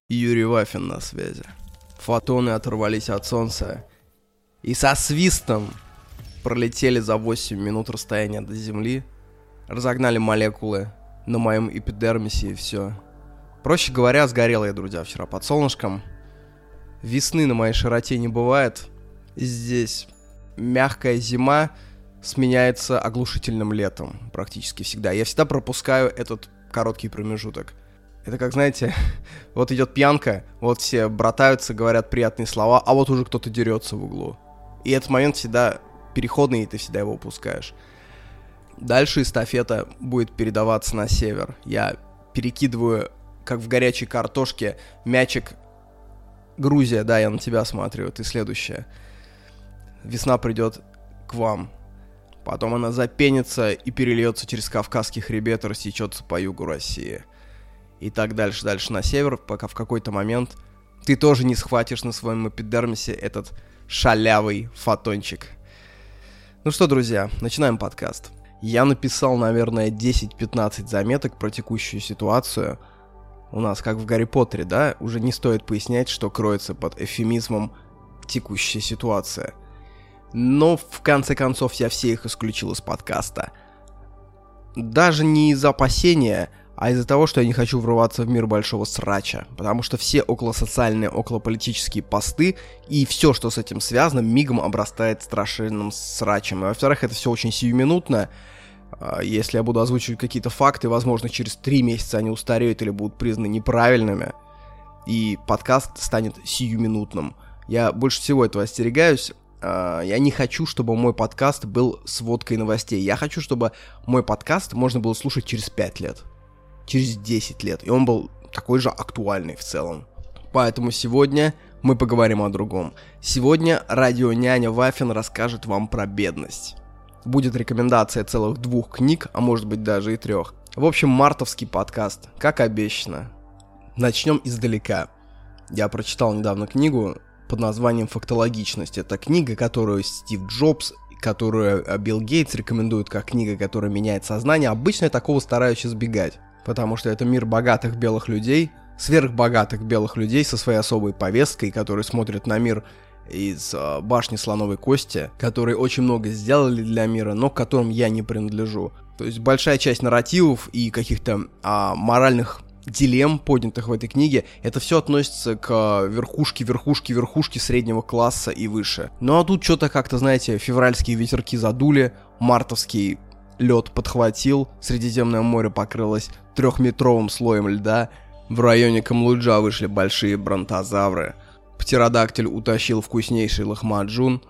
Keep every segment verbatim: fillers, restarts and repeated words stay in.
Юрий Вафин на связи. Фотоны оторвались от солнца и со свистом пролетели за восемь минут расстояния до Земли, разогнали молекулы на моем эпидермисе и все. Проще говоря, сгорел я, друзья, вчера под солнышком. Весны на моей широте не бывает. Здесь мягкая зима сменяется оглушительным летом практически всегда. Я всегда пропускаю этот короткий промежуток. Это как, знаете, вот идет пьянка, вот все братаются, говорят приятные слова, а вот уже кто-то дерется в углу. И этот момент всегда переходный, и ты всегда его упускаешь. Дальше эстафета будет передаваться на север. Я перекидываю, как в горячей картошке, мячик. Грузия, да, я на тебя смотрю, ты следующая. Весна придет к вам. Потом она запенится и перельется через Кавказский хребет и растечется по югу России. И так дальше, дальше на север, пока в какой-то момент ты тоже не схватишь на своем эпидермисе этот шалявый фотончик. Ну что, друзья, начинаем подкаст. Я написал, наверное, десять-пятнадцать заметок про текущую ситуацию. У нас, как в Гарри Поттере, да, уже не стоит пояснять, что кроется под эвфемизмом «текущая ситуация». Но, в конце концов, я все их исключил из подкаста. Даже не из опасения, а из-за того, что я не хочу врываться в мир большого срача. Потому что все околосоциальные, околополитические посты и все, что с этим связано, мигом обрастает страшенным срачем. И, во-вторых, это все очень сиюминутно. Если я буду озвучивать какие-то факты, возможно, через три месяца они устареют или будут признаны неправильными. И подкаст станет сиюминутным. Я больше всего этого остерегаюсь. Я не хочу, чтобы мой подкаст был сводкой новостей. Я хочу, чтобы мой подкаст можно было слушать через пять лет. Через десять лет, и он был такой же актуальный в целом. Поэтому сегодня мы поговорим о другом. Сегодня радионяня Вафин расскажет вам про бедность. Будет рекомендация целых двух книг, а может быть даже и трех. В общем, мартовский подкаст, как обещано. Начнем издалека. Я прочитал недавно книгу под названием «Фактологичность». Это книга, которую Стив Джобс, которую Билл Гейтс рекомендует как книга, которая меняет сознание. Обычно я такого стараюсь избегать. Потому что это мир богатых белых людей, сверхбогатых белых людей со своей особой повесткой, которые смотрят на мир из э, башни слоновой кости, которые очень много сделали для мира, но к которым я не принадлежу. То есть большая часть нарративов и каких-то э, моральных дилемм, поднятых в этой книге, это все относится к верхушке, верхушке, верхушке среднего класса и выше. Ну а тут что-то как-то, знаете, февральские ветерки задули, мартовский лед подхватил, Средиземное море покрылось трехметровым слоем льда, в районе Камлуджа вышли большие бронтозавры, птеродактиль утащил вкуснейший лохмаджун,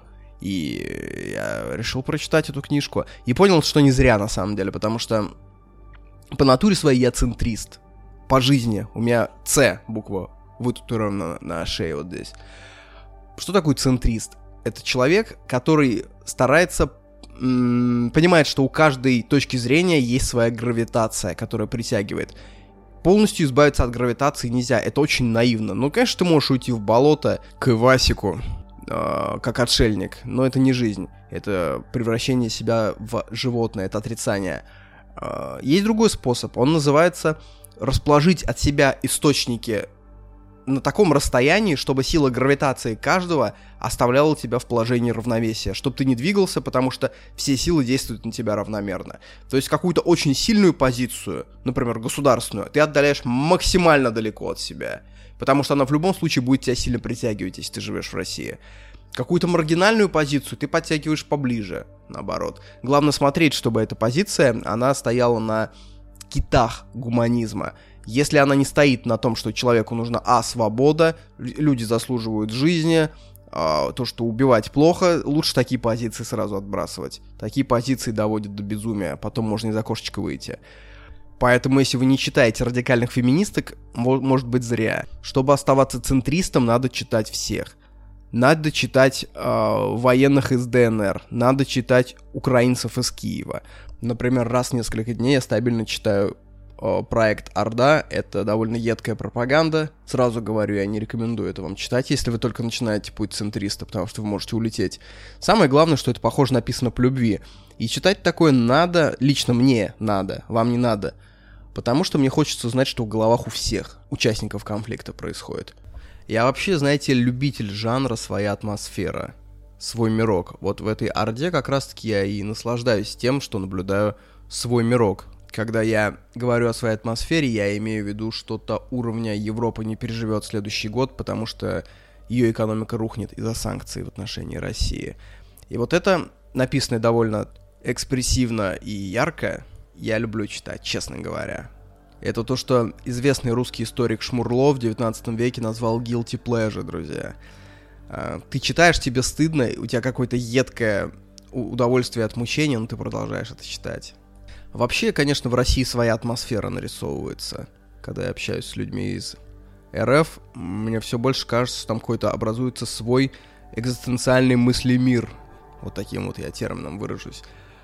и я решил прочитать эту книжку. И понял, что не зря на самом деле, потому что по натуре своей я центрист. По жизни у меня С буква вытатуирована на шее вот здесь. Что такое центрист? Это человек, который старается понимает, что у каждой точки зрения есть своя гравитация, которая притягивает. Полностью избавиться от гравитации нельзя, это очень наивно. Ну, конечно, ты можешь уйти в болото к Ивасику, э, как отшельник, но это не жизнь. Это превращение себя в животное, это отрицание. Э, есть другой способ, он называется расположить от себя источники на таком расстоянии, чтобы сила гравитации каждого оставляла тебя в положении равновесия, чтобы ты не двигался, потому что все силы действуют на тебя равномерно. То есть какую-то очень сильную позицию, например, государственную, ты отдаляешь максимально далеко от себя, потому что она в любом случае будет тебя сильно притягивать, если ты живешь в России. Какую-то маргинальную позицию ты подтягиваешь поближе, наоборот. Главное смотреть, чтобы эта позиция, она стояла на китах гуманизма. Если она не стоит на том, что человеку нужна а. свобода, люди заслуживают жизни, а, то, что убивать плохо, лучше такие позиции сразу отбрасывать. Такие позиции доводят до безумия, потом можно из окошечка выйти. Поэтому, если вы не читаете радикальных феминисток, может быть зря. Чтобы оставаться центристом, надо читать всех. Надо читать э, военных из ДНР, надо читать украинцев из Киева. Например, раз в несколько дней я стабильно читаю э, проект Орда, это довольно едкая пропаганда. Сразу говорю, я не рекомендую это вам читать, если вы только начинаете путь центриста, потому что вы можете улететь. Самое главное, что это, похоже, написано по любви. И читать такое надо, лично мне надо, вам не надо. Потому что мне хочется знать, что в головах у всех участников конфликта происходит. Я вообще, знаете, любитель жанра «Своя атмосфера», свой мирок. Вот в этой орде как раз-таки я и наслаждаюсь тем, что наблюдаю свой мирок. Когда я говорю о своей атмосфере, я имею в виду что-то уровня Европа не переживет следующий год, потому что ее экономика рухнет из-за санкций в отношении России. И вот это, написанное довольно экспрессивно и ярко, я люблю читать, честно говоря. Это то, что известный русский историк Шмурлов в девятнадцатом веке назвал guilty pleasure, друзья. Ты читаешь, тебе стыдно, у тебя какое-то едкое удовольствие от мучения, но ты продолжаешь это читать. Вообще, конечно, в России своя атмосфера нарисовывается. Когда я общаюсь с людьми из эр эф, мне все больше кажется, что там какой-то образуется свой экзистенциальный мыслемир. Вот таким вот я термином выражусь.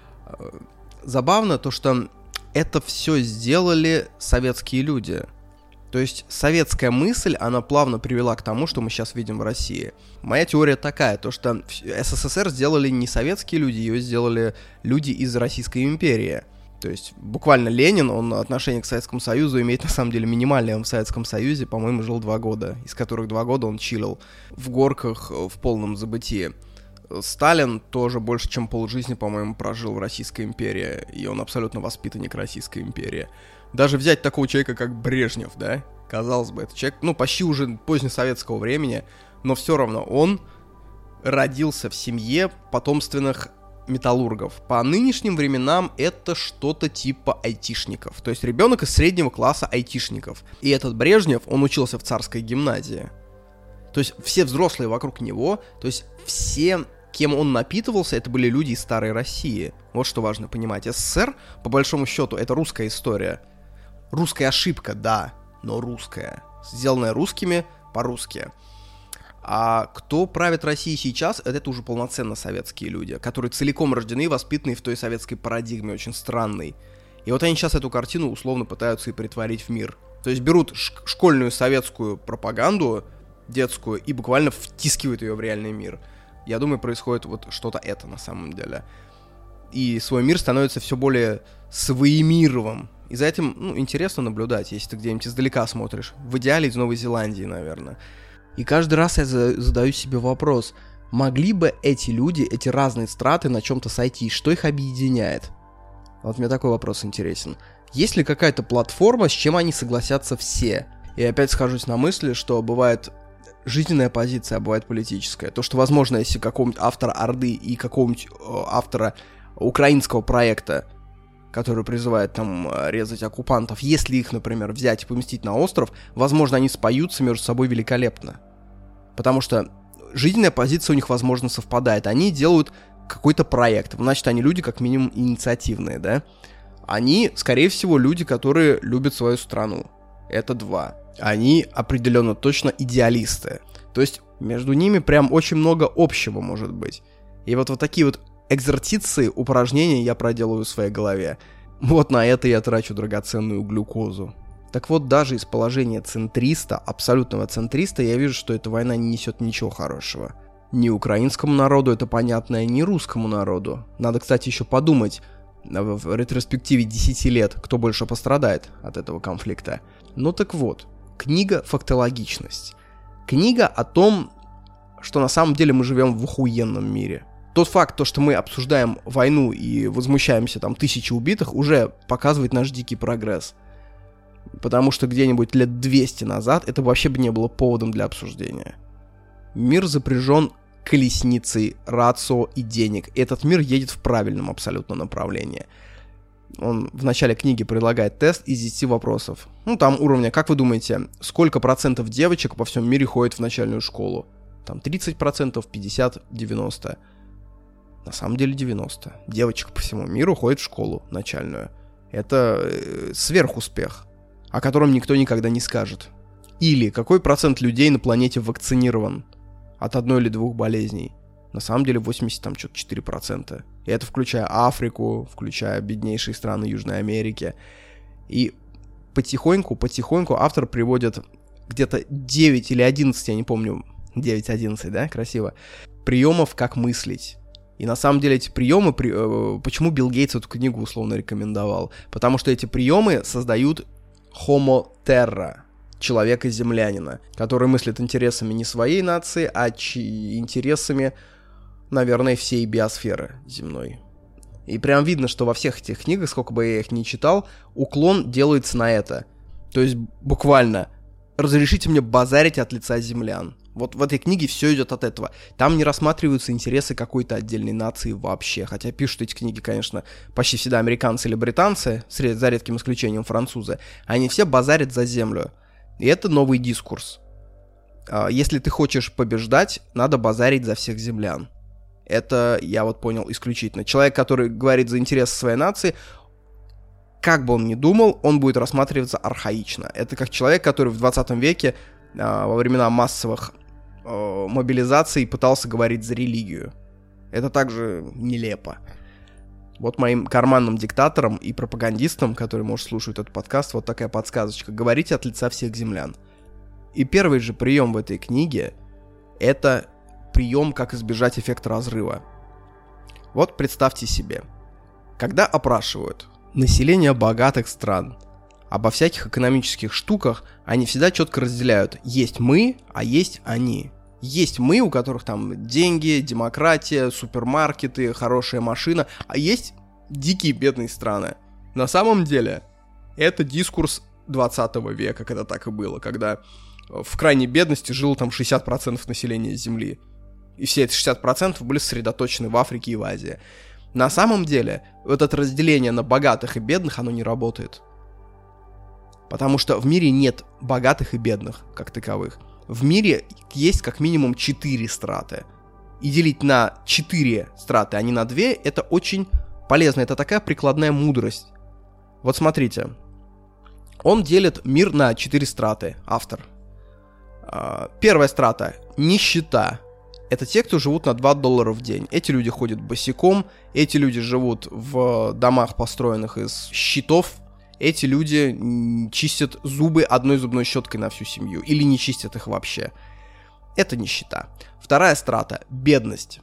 Забавно то, что это все сделали советские люди. То есть советская мысль, она плавно привела к тому, что мы сейчас видим в России. Моя теория такая, то что эс эс эс эр сделали не советские люди, ее сделали люди из Российской империи. То есть буквально Ленин, он отношение к Советскому Союзу имеет на самом деле минимальное. Он в Советском Союзе, по-моему, жил два года, из которых два года он чилил в горках в полном забытии. Сталин тоже больше, чем полжизни, по-моему, прожил в Российской империи, и он абсолютно воспитанник Российской империи. Даже взять такого человека, как Брежнев, да, казалось бы, это человек, ну, почти уже позднесоветского времени, но все равно он родился в семье потомственных металлургов. По нынешним временам это что-то типа айтишников. То есть ребенок из среднего класса айтишников. И этот Брежнев, он учился в царской гимназии. То есть все взрослые вокруг него, то есть все, кем он напитывался, это были люди из старой России. Вот что важно понимать. эс эс эс эр, по большому счету, это русская история. Русская ошибка, да, но русская. Сделанная русскими по-русски. А кто правит Россией сейчас, это уже полноценно советские люди, которые целиком рождены и воспитаны в той советской парадигме, очень странной. И вот они сейчас эту картину условно пытаются и притворить в мир. То есть берут ш- школьную советскую пропаганду, детскую, и буквально втискивают ее в реальный мир. Я думаю, происходит вот что-то это на самом деле. И свой мир становится все более своемировым. И за этим, ну, интересно наблюдать, если ты где-нибудь издалека смотришь. В идеале из Новой Зеландии, наверное. И каждый раз я задаю себе вопрос, могли бы эти люди, эти разные страты на чем-то сойтись, что их объединяет? Вот мне такой вопрос интересен. Есть ли какая-то платформа, с чем они согласятся все? И опять схожусь на мысли, что бывает жизненная позиция, а бывает политическая. То, что, возможно, если какого-нибудь автора Орды и какого-нибудь э, автора украинского проекта, который призывает там резать оккупантов, если их, например, взять и поместить на остров, возможно, они споются между собой великолепно. Потому что жизненная позиция у них, возможно, совпадает. Они делают какой-то проект. Значит, они люди, как минимум, инициативные, да? Они, скорее всего, люди, которые любят свою страну. Это два. Они определенно точно идеалисты. То есть между ними прям очень много общего может быть. И вот, вот такие вот экзерциции, упражнения я проделываю в своей голове. Вот на это я трачу драгоценную глюкозу. Так вот, даже из положения центриста, абсолютного центриста, я вижу, что эта война не несет ничего хорошего. Ни украинскому народу, это понятно, ни русскому народу. Надо, кстати, еще подумать в ретроспективе десяти лет, кто больше пострадает от этого конфликта. Ну так вот, книга «Фактологичность». Книга о том, что на самом деле мы живем в охуенном мире. Тот факт, то, что мы обсуждаем войну и возмущаемся там тысячи убитых, уже показывает наш дикий прогресс. Потому что где-нибудь лет двести назад это вообще бы не было поводом для обсуждения. Мир запряжен колесницей, рацио и денег. И этот мир едет в правильном абсолютно направлении. Он в начале книги предлагает тест из десяти вопросов. Ну, там уровня, как вы думаете, сколько процентов девочек по всему миру ходят в начальную школу? Там тридцать процентов, пятьдесят, девяносто. На самом деле девяносто. Девочек по всему миру ходят в школу начальную. Это э, сверхуспех, о котором никто никогда не скажет. Или какой процент людей на планете вакцинирован от одной или двух болезней? На самом деле восемьдесят четыре процента. И это включая Африку, включая беднейшие страны Южной Америки. И потихоньку, потихоньку автор приводит где-то девять или одиннадцать, я не помню, девять-одиннадцать, да, красиво, приемов, как мыслить. И на самом деле эти приемы, при, э, почему Билл Гейтс эту книгу условно рекомендовал? Потому что эти приемы создают Homo Terra, человека-землянина, который мыслит интересами не своей нации, а чи- интересами, наверное, всей биосферы земной. И прям видно, что во всех этих книгах, сколько бы я их ни читал, уклон делается на это. То есть буквально «разрешите мне базарить от лица землян». Вот в этой книге все идет от этого. Там не рассматриваются интересы какой-то отдельной нации вообще. Хотя пишут эти книги, конечно, почти всегда американцы или британцы, за редким исключением французы. Они все базарят за землю. И это новый дискурс. Если ты хочешь побеждать, надо базарить за всех землян. Это, я вот понял, исключительно. Человек, который говорит за интересы своей нации, как бы он ни думал, он будет рассматриваться архаично. Это как человек, который в двадцатом веке во времена массовых э, мобилизаций пытался говорить за религию. Это также нелепо. Вот моим карманным диктаторам и пропагандистам, которые, может, слушают этот подкаст, вот такая подсказочка. Говорите от лица всех землян. И первый же прием в этой книге — это прием, как избежать эффекта разрыва. Вот представьте себе, когда опрашивают население богатых стран обо всяких экономических штуках, они всегда четко разделяют. Есть мы, а есть они. Есть мы, у которых там деньги, демократия, супермаркеты, хорошая машина, а есть дикие бедные страны. На самом деле, это дискурс двадцатого века, когда так и было, когда в крайней бедности жило там шестьдесят процентов населения Земли. И все эти шестьдесят процентов были сосредоточены в Африке и в Азии. На самом деле, вот это разделение на богатых и бедных, оно не работает. Потому что в мире нет богатых и бедных, как таковых. В мире есть как минимум четыре страты. И делить на четыре страты, а не на две, это очень полезно. Это такая прикладная мудрость. Вот смотрите. Он делит мир на четыре страты, автор. Первая страта – нищета. Это те, кто живут на два доллара в день. Эти люди ходят босиком, эти люди живут в домах, построенных из щитов. Эти люди чистят зубы одной зубной щеткой на всю семью. Или не чистят их вообще. Это нищета. Вторая страта – бедность.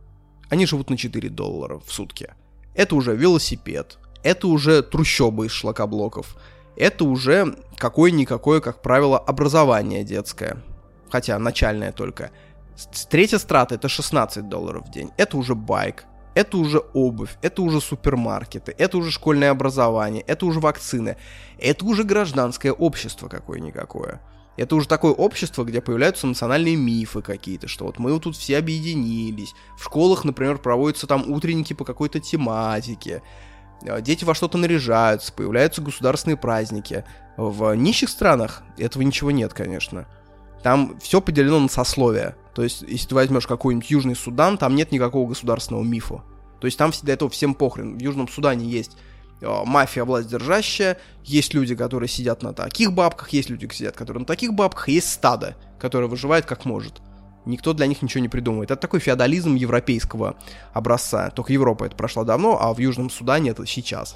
Они живут на четыре доллара в сутки. Это уже велосипед. Это уже трущобы из шлакоблоков. Это уже какое-никакое, как правило, образование детское. Хотя начальное только. Третья страта – это шестнадцать долларов в день. Это уже байк. Это уже обувь, это уже супермаркеты, это уже школьное образование, это уже вакцины, это уже гражданское общество какое-никакое. Это уже такое общество, где появляются национальные мифы какие-то, что вот мы вот тут все объединились. В школах, например, проводятся там утренники по какой-то тематике. Дети во что-то наряжаются, появляются государственные праздники. В нищих странах этого ничего нет, конечно. Там все поделено на сословия. То есть, если ты возьмешь какой-нибудь Южный Судан, там нет никакого государственного мифа. То есть, там всегда этого всем похрен. В Южном Судане есть э, мафия, власть держащая, есть люди, которые сидят на таких бабках, есть люди, сидят, которые на таких бабках, и есть стадо, которое выживает как может. Никто для них ничего не придумывает. Это такой феодализм европейского образца. Только Европа это прошла давно, а в Южном Судане это сейчас.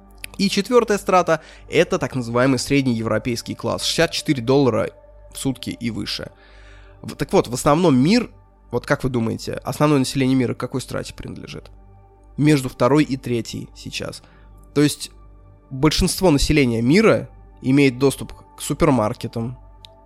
И четвертая страта – это так называемый средний европейский класс. шестьдесят четыре доллара в сутки и выше. Так вот, в основном мир, вот как вы думаете, основное население мира к какой страте принадлежит? Между второй и третьей сейчас. То есть большинство населения мира имеет доступ к супермаркетам,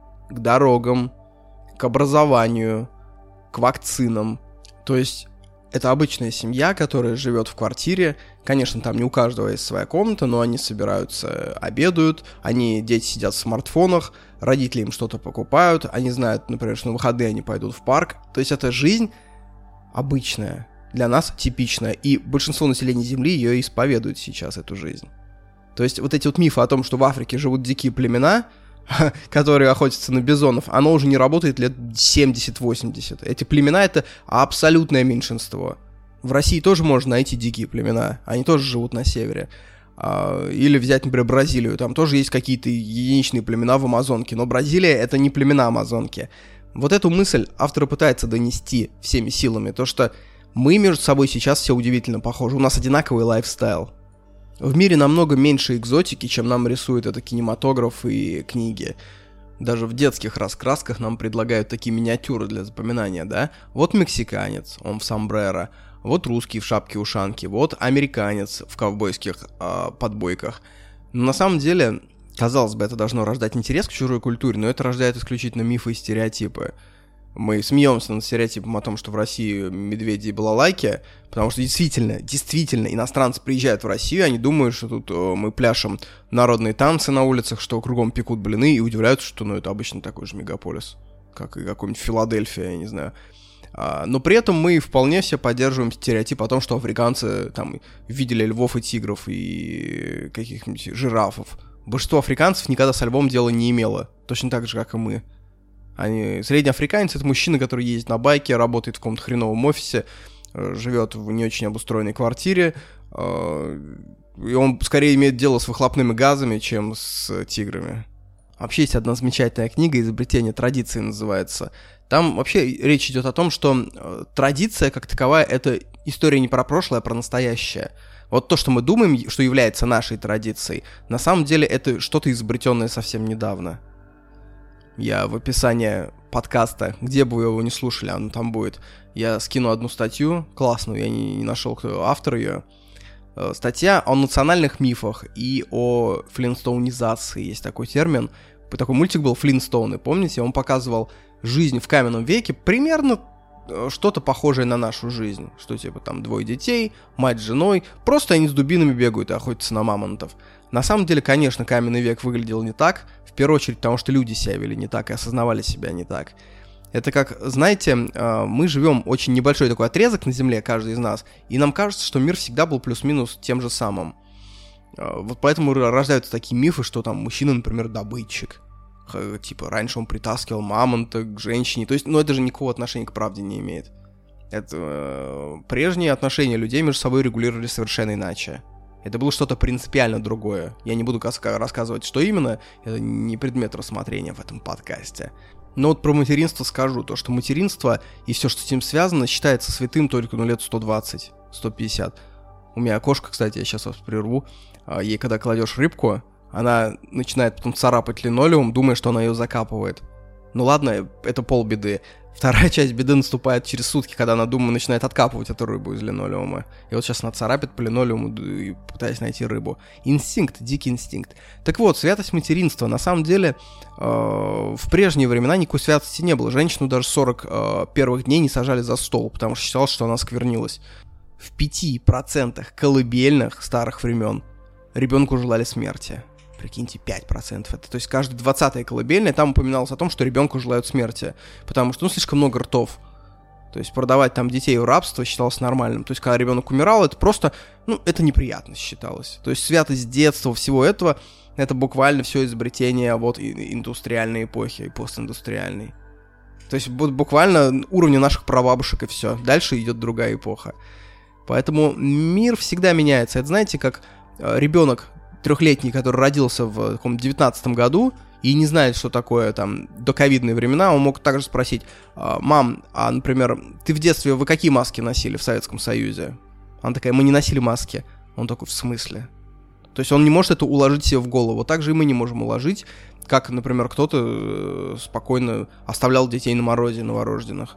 к дорогам, к образованию, к вакцинам. То есть это обычная семья, которая живет в квартире. Конечно, там не у каждого есть своя комната, но они собираются, обедают, они, дети сидят в смартфонах, родители им что-то покупают, они знают, например, что на выходные они пойдут в парк. То есть это жизнь обычная, для нас типичная, и большинство населения Земли ее исповедует сейчас, эту жизнь. То есть вот эти вот мифы о том, что в Африке живут дикие племена, которые охотятся на бизонов, оно уже не работает лет семьдесят-восемьдесят. Эти племена — это абсолютное меньшинство. В России тоже можно найти дикие племена, они тоже живут на севере. Или взять, например, Бразилию, там тоже есть какие-то единичные племена в Амазонке, но Бразилия — это не племена Амазонки. Вот эту мысль автор пытается донести всеми силами, то что мы между собой сейчас все удивительно похожи, у нас одинаковый лайфстайл. В мире намного меньше экзотики, чем нам рисует это кинематограф и книги. Даже в детских раскрасках нам предлагают такие миниатюры для запоминания, да? Вот мексиканец, он в сомбреро. вот русский в шапке-ушанке, вот американец в ковбойских э, подбойках. Но на самом деле, казалось бы, это должно рождать интерес к чужой культуре, но это рождает исключительно мифы и стереотипы. Мы смеемся над стереотипом о том, что в России медведи и балалайки, потому что действительно, действительно, иностранцы приезжают в Россию, они думают, что тут э, мы пляшем народные танцы на улицах, что кругом пекут блины, и удивляются, что ну, это обычно такой же мегаполис, как и какой-нибудь Филадельфия, я не знаю. А, но при этом мы вполне все поддерживаем стереотип о том, что африканцы там видели львов и тигров и каких-нибудь жирафов. Большинство африканцев никогда со львом дела не имело, точно так же, как и мы. Они, средний африканец — это мужчина, который ездит на байке, работает в каком-то хреновом офисе, живет в не очень обустроенной квартире, и он скорее имеет дело с выхлопными газами, чем с тиграми. Вообще есть одна замечательная книга «Изобретение традиции» называется. Там вообще речь идет о том, что традиция как таковая — это история не про прошлое, а про настоящее. Вот то, что мы думаем, что является нашей традицией, на самом деле это что-то изобретенное совсем недавно. Я в описании подкаста, где бы вы его не слушали, оно там будет, я скину одну статью классную, я не, не нашел, кто автор ее. Статья о национальных мифах и о флинстоунизации, есть такой термин. Такой мультик был «Флинстоуны», помните? Он показывал жизнь в каменном веке, примерно что-то похожее на нашу жизнь. Что типа там двое детей, мать с женой, просто они с дубинами бегают и охотятся на мамонтов. На самом деле, конечно, каменный век выглядел не так, в первую очередь потому, что люди себя вели не так и осознавали себя не так. Это как, знаете, мы живем очень небольшой такой отрезок на Земле, каждый из нас, и нам кажется, что мир всегда был плюс-минус тем же самым. Вот поэтому рождаются такие мифы, что там мужчина, например, добытчик. Типа, раньше он притаскивал мамонта к женщине. То есть, ну, это же никакого отношения к правде не имеет. Это э, прежние отношения людей между собой регулировали совершенно иначе. Это было что-то принципиально другое. Я не буду рассказывать, что именно. Это не предмет рассмотрения в этом подкасте. Но вот про материнство скажу. То, что материнство и все, что с этим связано, считается святым только ну, лет сто двадцать - сто пятьдесят. У меня кошка, кстати, я сейчас вас прерву. Ей, когда кладешь рыбку, она начинает потом царапать линолеум, думая, что она ее закапывает. Ну ладно, это полбеды. Вторая часть беды наступает через сутки, когда она, думаю, начинает откапывать эту рыбу из линолеума. И вот сейчас она царапит по линолеуму, пытаясь найти рыбу. Инстинкт, дикий инстинкт. Так вот, святость материнства. На самом деле, э, в прежние времена никакой святости не было. Женщину даже сорок э, первых дней не сажали за стол, потому что считалось, что она сквернилась. В пяти процентах колыбельных старых времен ребенку желали смерти. Прикиньте, пять процентов. Это, то есть каждая двадцатая колыбельная, там упоминалось о том, что ребенку желают смерти. Потому что, ну, слишком много ртов. То есть продавать там детей в рабство считалось нормальным. То есть когда ребенок умирал, это просто, ну, это неприятность считалось. То есть святость детства, всего этого, это буквально все изобретение вот индустриальной эпохи и постиндустриальной. То есть буквально уровня наших прабабушек и все. Дальше идет другая эпоха. Поэтому мир всегда меняется. Это, знаете, как ребенок трехлетний, который родился в таком девятнадцатом году и не знает, что такое там доковидные времена, он мог также спросить: мам, а, например, ты в детстве вы какие маски носили в Советском Союзе? Она такая: мы не носили маски. Он такой: в смысле? То есть он не может это уложить себе в голову. Также и мы не можем уложить, как, например, кто-то спокойно оставлял детей на морозе новорожденных.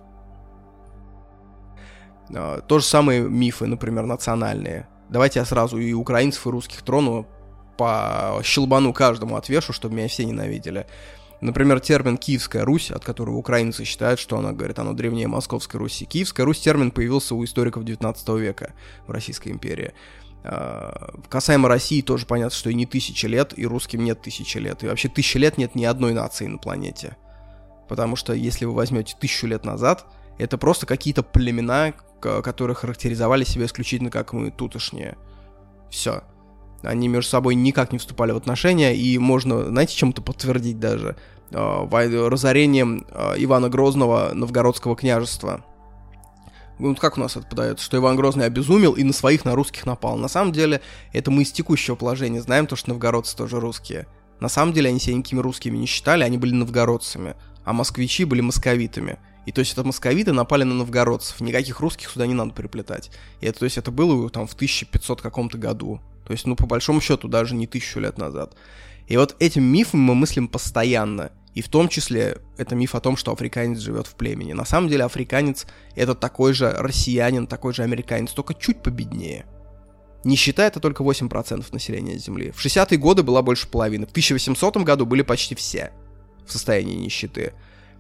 То же самое мифы, например, национальные. Давайте я сразу и украинцев, и русских трону, по щелбану каждому отвешу, чтобы меня все ненавидели. Например, термин «Киевская Русь», от которого украинцы считают, что она, говорит, оно древнее Московской Руси. Киевская Русь термин появился у историков девятнадцатого века в Российской империи. Касаемо России, тоже понятно, что и не тысячи лет, и русским нет тысячи лет. И вообще тысячи лет нет ни одной нации на планете. Потому что если вы возьмете тысячу лет назад, это просто какие-то племена, которые характеризовали себя исключительно как мы тутошние. Все. Они между собой никак не вступали в отношения, и можно, знаете, чем-то подтвердить даже разорением Ивана Грозного Новгородского княжества. Вот как у нас это подается, что Иван Грозный обезумел и на своих, на русских напал. На самом деле, это мы из текущего положения знаем, то, что новгородцы тоже русские. На самом деле, они себя никакими русскими не считали, они были новгородцами, а москвичи были московитами. И то есть это московиты напали на новгородцев, никаких русских сюда не надо приплетать. И это, то есть это было там в тысяча пятисотом каком-то году. То есть, ну, по большому счету, даже не тысячу лет назад. И вот этим мифом мы мыслим постоянно. И в том числе это миф о том, что африканец живет в племени. На самом деле африканец — это такой же россиянин, такой же американец, только чуть победнее. Нищета — это только восемь процентов населения Земли. В шестидесятые годы была больше половины. В тысяча восьмисотом году были почти все в состоянии нищеты.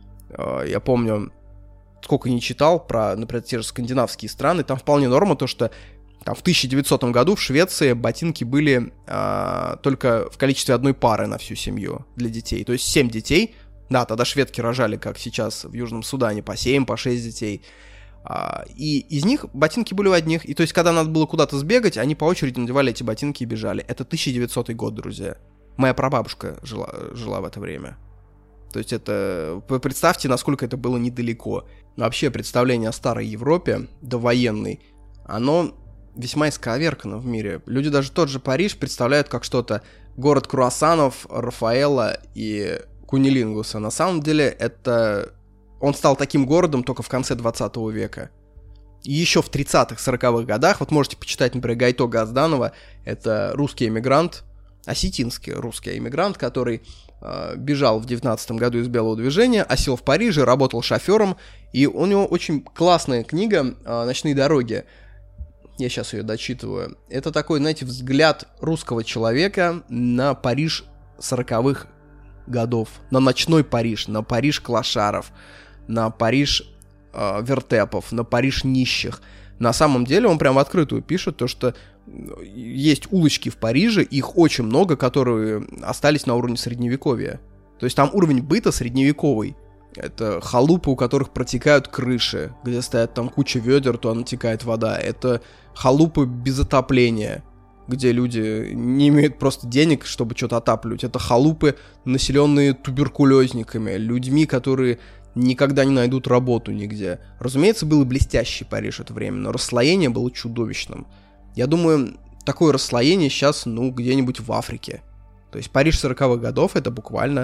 Я помню, сколько не читал про, например, те же скандинавские страны, там вполне норма то, что там, в тысяча девятисотом году в Швеции ботинки были а, только в количестве одной пары на всю семью для детей. То есть семь детей. Да, тогда шведки рожали, как сейчас в Южном Судане, по семь, по шесть детей. А, и из них ботинки были у одних. И то есть, когда надо было куда-то сбегать, они по очереди надевали эти ботинки и бежали. Это тысяча девятисотый год, друзья. Моя прабабушка жила, жила в это время. То есть это... Вы представьте, насколько это было недалеко. Вообще, представление о старой Европе, довоенной, оно весьма исковеркано в мире. Люди даже тот же Париж представляют как что-то город круассанов, Рафаэла и Кунилингуса. На самом деле это... Он стал таким городом только в конце двадцатого века. И еще в тридцатых-сороковых годах, вот можете почитать, например, Гайто Газданова, это русский эмигрант, осетинский русский эмигрант, который э, бежал в девятнадцатом году из белого движения, осел в Париже, работал шофером, и у него очень классная книга э, «Ночные дороги». Я сейчас ее дочитываю. Это такой, знаете, взгляд русского человека на Париж сороковых годов, на ночной Париж, на Париж клошаров, на Париж э, вертепов, на Париж нищих. На самом деле он прям в открытую пишет то, что есть улочки в Париже, их очень много, которые остались на уровне средневековья. То есть там уровень быта средневековый. Это халупы, у которых протекают крыши, где стоят там куча ведер, то натекает вода. Это халупы без отопления, где люди не имеют просто денег, чтобы что-то отапливать. Это халупы, населенные туберкулезниками, людьми, которые никогда не найдут работу нигде. Разумеется, был и блестящий Париж в это время, но расслоение было чудовищным. Я думаю, такое расслоение сейчас, ну, где-нибудь в Африке. То есть Париж сороковых годов — это буквально,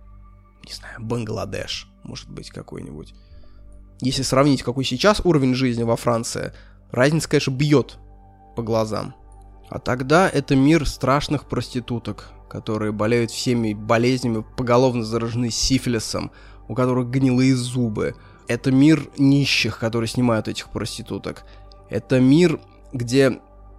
не знаю, Бангладеш, может быть, какой-нибудь. Если сравнить, какой сейчас уровень жизни во Франции, разница, конечно, бьет по глазам. А тогда это мир страшных проституток, которые болеют всеми болезнями, поголовно заражены сифилисом, у которых гнилые зубы. Это мир нищих, которые снимают этих проституток. Это мир, где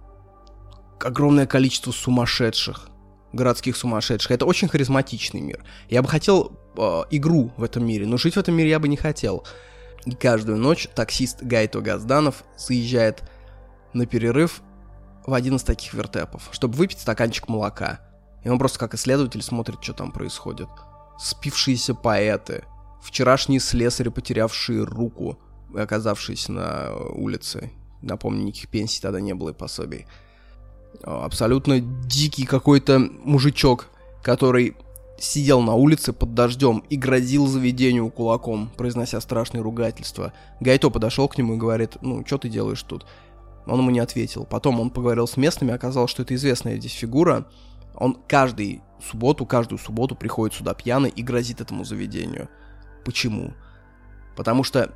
огромное количество сумасшедших, городских сумасшедших. Это очень харизматичный мир. Я бы хотел э, игру в этом мире, но жить в этом мире я бы не хотел. И каждую ночь таксист Гайто Газданов заезжает на перерыв в один из таких вертепов, чтобы выпить стаканчик молока. И он просто как исследователь смотрит, что там происходит. Спившиеся поэты, вчерашние слесари, потерявшие руку и оказавшиеся на улице. Напомню, никаких пенсий тогда не было и пособий. Абсолютно дикий какой-то мужичок, который сидел на улице под дождем и грозил заведению кулаком, произнося страшные ругательства. Гайто подошел к нему и говорит: ну, что ты делаешь тут? Он ему не ответил. Потом он поговорил с местными, оказалось, что это известная здесь фигура. Он каждую субботу, каждую субботу приходит сюда пьяный и грозит этому заведению. Почему? Потому что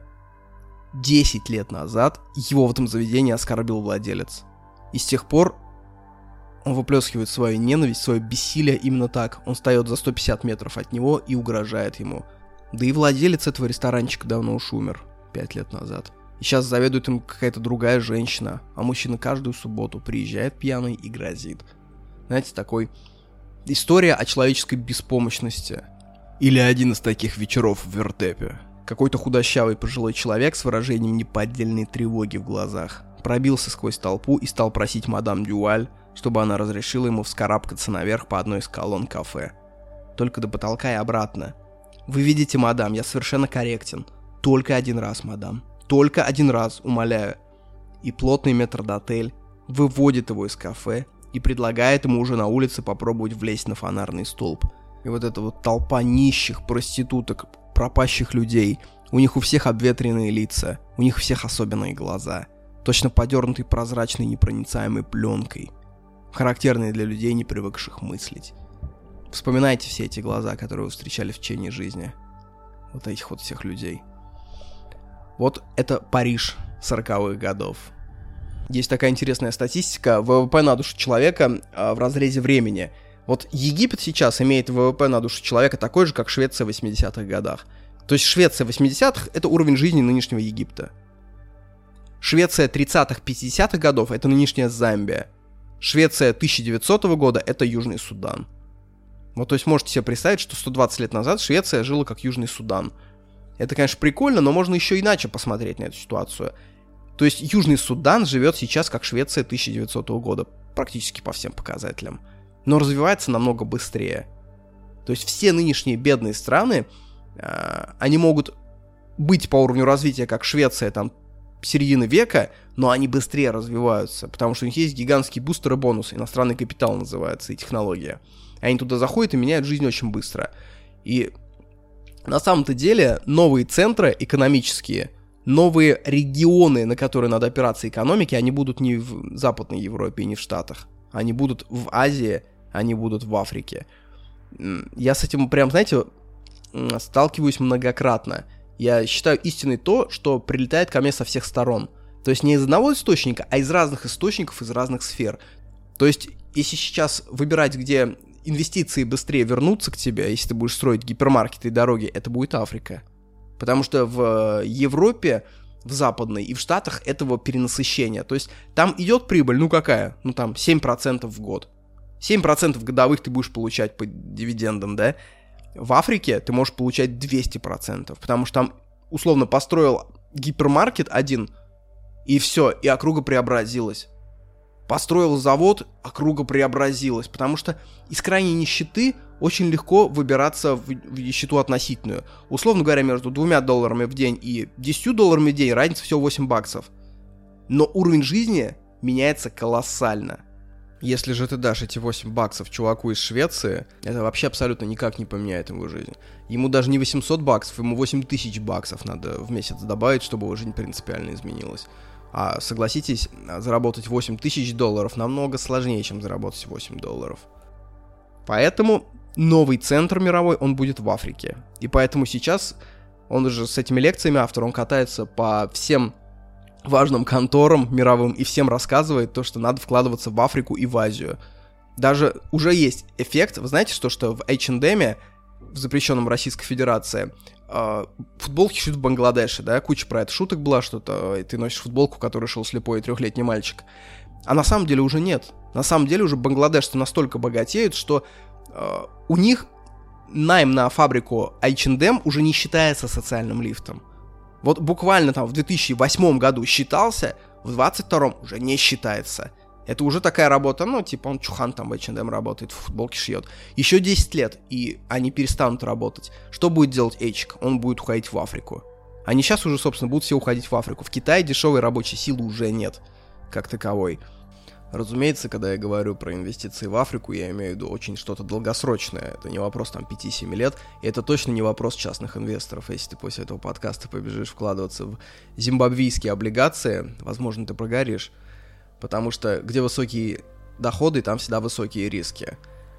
десять лет назад его в этом заведении оскорбил владелец. И с тех пор он выплескивает свою ненависть, свое бессилие именно так. Он встает за сто пятьдесят метров от него и угрожает ему. Да и владелец этого ресторанчика давно уж умер, пять лет назад. И сейчас заведует им какая-то другая женщина, а мужчина каждую субботу приезжает пьяный и грозит. Знаете, такой история о человеческой беспомощности. Или один из таких вечеров в вертепе. Какой-то худощавый пожилой человек с выражением неподдельной тревоги в глазах пробился сквозь толпу и стал просить мадам Дюваль, чтобы она разрешила ему вскарабкаться наверх по одной из колонн кафе. Только до потолка и обратно. Вы видите, мадам, я совершенно корректен. Только один раз, мадам. Только один раз, умоляю. И плотный метрдотель выводит его из кафе и предлагает ему уже на улице попробовать влезть на фонарный столб. И вот эта вот толпа нищих, проституток, пропащих людей, у них у всех обветренные лица, у них всех особенные глаза, точно подернутые прозрачной непроницаемой пленкой, характерные для людей, не привыкших мыслить. Вспоминайте все эти глаза, которые вы встречали в течение жизни. Вот этих вот всех людей. Вот это Париж сороковых годов. Есть такая интересная статистика. ВВП на душу человека а, в разрезе времени. Вот Египет сейчас имеет ВВП на душу человека такой же, как Швеция в восьмидесятых годах. То есть Швеция в восьмидесятых — это уровень жизни нынешнего Египта. Швеция тридцатых-пятидесятых годов — это нынешняя Замбия. Швеция тысяча девятисотого года — это Южный Судан. Вот, то есть можете себе представить, что сто двадцать лет назад Швеция жила как Южный Судан. Это, конечно, прикольно, но можно еще иначе посмотреть на эту ситуацию. То есть Южный Судан живет сейчас как Швеция тысяча девятисотого года, практически по всем показателям. Но развивается намного быстрее. То есть все нынешние бедные страны, э, они могут быть по уровню развития как Швеция там середины века, но они быстрее развиваются, потому что у них есть гигантский бустер и бонус, иностранный капитал называется, и технология. Они туда заходят и меняют жизнь очень быстро. И на самом-то деле новые центры экономические, новые регионы, на которые надо опираться экономики, они будут не в Западной Европе и не в Штатах. Они будут в Азии, они будут в Африке. Я с этим прям, знаете, сталкиваюсь многократно. Я считаю истиной то, что прилетает ко мне со всех сторон. То есть не из одного источника, а из разных источников, из разных сфер. То есть если сейчас выбирать, где инвестиции быстрее вернутся к тебе, если ты будешь строить гипермаркеты и дороги, это будет Африка. Потому что в Европе, в Западной и в Штатах этого перенасыщения. То есть там идет прибыль, ну какая? Ну там семь процентов в год. семь процентов годовых ты будешь получать по дивидендам, да? В Африке ты можешь получать двести процентов, потому что там условно построил гипермаркет один, и все, и округа преобразилась. Построил завод, округа преобразилась, потому что из крайней нищеты очень легко выбираться в, в нищету относительную. Условно говоря, между двумя долларами в день и десятью долларами в день разница всего восемь баксов. Но уровень жизни меняется колоссально. Если же ты дашь эти восемь баксов чуваку из Швеции, это вообще абсолютно никак не поменяет его жизнь. Ему даже не восемьсот баксов, ему восемь тысяч баксов надо в месяц добавить, чтобы его жизнь принципиально изменилась. А согласитесь, заработать восемь тысяч долларов намного сложнее, чем заработать восемь долларов. Поэтому новый центр мировой, он будет в Африке. И поэтому сейчас он уже с этими лекциями, автор, он катается по всем важным конторам мировым и всем рассказывает то, что надо вкладываться в Африку и в Азию. Даже уже есть эффект, вы знаете, что, что в эйч энд эм, в запрещенном Российской Федерации, э, футболки шьют в Бангладеше, да, куча про это шуток была, что-то, и ты носишь футболку, в которой шел слепой трехлетний мальчик. А на самом деле уже нет. На самом деле уже бангладешцы настолько богатеют, что э, у них найм на фабрику эйч энд эм уже не считается социальным лифтом. Вот буквально там в две тысячи восьмом году считался, в двадцать втором уже не считается. Это уже такая работа, ну, типа он чухан там в эйч энд эм работает, футболки шьет. Еще десять лет, и они перестанут работать. Что будет делать Эйчик? Он будет уходить в Африку. Они сейчас уже, собственно, будут все уходить в Африку. В Китае дешевой рабочей силы уже нет, как таковой. Разумеется, когда я говорю про инвестиции в Африку, я имею в виду очень что-то долгосрочное. Это не вопрос там пяти-семи лет, и это точно не вопрос частных инвесторов. Если ты после этого подкаста побежишь вкладываться в зимбабвийские облигации, возможно, ты прогоришь. Потому что где высокие доходы, там всегда высокие риски.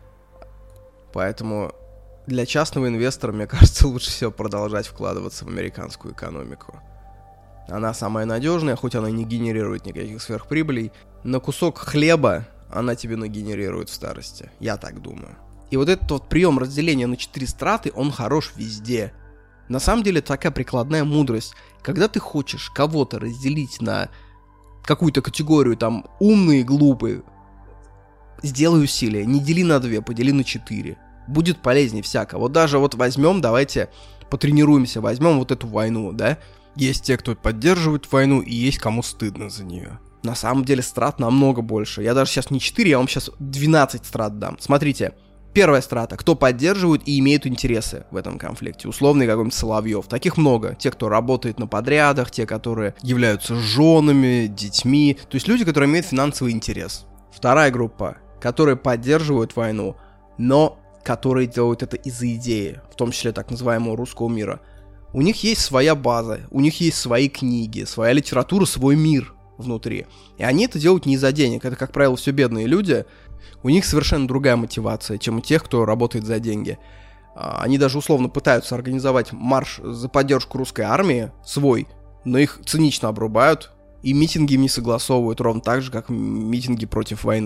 Поэтому для частного инвестора, мне кажется, лучше всего продолжать вкладываться в американскую экономику. Она самая надежная, хоть она и не генерирует никаких сверхприбылей, но кусок хлеба она тебе нагенерирует в старости. Я так думаю. И вот этот вот прием разделения на четыре страты, он хорош везде. На самом деле, это такая прикладная мудрость. Когда ты хочешь кого-то разделить на какую-то категорию, там, умные, глупые, сделай усилие. Не дели на две, подели на четыре. Будет полезнее всяко. Вот даже вот возьмем, давайте потренируемся, возьмем вот эту войну, да? Есть те, кто поддерживает войну, и есть кому стыдно за нее. На самом деле страт намного больше. Я даже сейчас не четыре, я вам сейчас двенадцать страт дам. Смотрите, первая страта. Кто поддерживает и имеет интересы в этом конфликте. Условный какой-нибудь Соловьев. Таких много. Те, кто работает на подрядах, те, которые являются женами, детьми. То есть люди, которые имеют финансовый интерес. Вторая группа, которые поддерживают войну, но которые делают это из-за идеи, в том числе так называемого русского мира. У них есть своя база, у них есть свои книги, своя литература, свой мир внутри. И они это делают не из-за денег. Это, как правило, все бедные люди. У них совершенно другая мотивация, чем у тех, кто работает за деньги. Они даже условно пытаются организовать марш за поддержку русской армии свой, но их цинично обрубают, и митинги им не согласовывают ровно так же, как митинги против войны.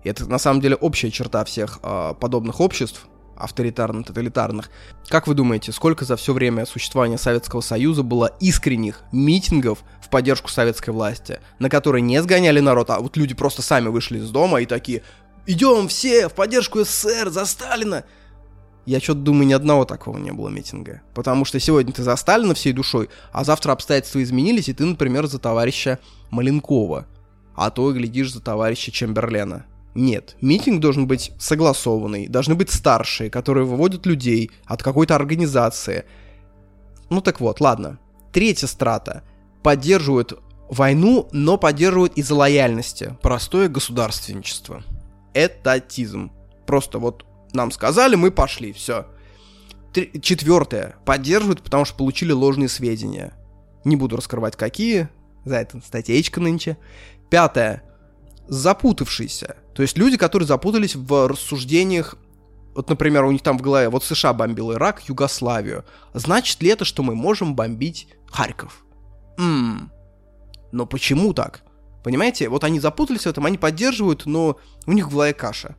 И это на самом деле общая черта всех э, подобных обществ, авторитарно-тоталитарных. Как вы думаете, сколько за все время существования Советского Союза было искренних митингов в поддержку советской власти, на которые не сгоняли народ, а вот люди просто сами вышли из дома и такие: идем все в поддержку СССР, за Сталина. Я что-то думаю, ни одного такого не было митинга. Потому что сегодня ты за Сталина всей душой, а завтра обстоятельства изменились, и ты, например, за товарища Маленкова. А то и глядишь за товарища Чемберлена. Нет, митинг должен быть согласованный, должны быть старшие, которые выводят людей от какой-то организации. Ну так вот, ладно. Третья страта. Поддерживают войну, но поддерживают из-за лояльности. Простое государственничество. Этатизм. Просто вот нам сказали, мы пошли, все. Три... Четвертое. Поддерживают, потому что получили ложные сведения. Не буду раскрывать какие. За это статейка нынче. Пятое. Запутавшиеся. То есть люди, которые запутались в рассуждениях. Вот, например, у них там в голове: вот США бомбил Ирак, Югославию. Значит ли это, что мы можем бомбить Харьков? Ммм. Но почему так? Понимаете, вот они запутались в этом, они поддерживают, но у них в голове каша.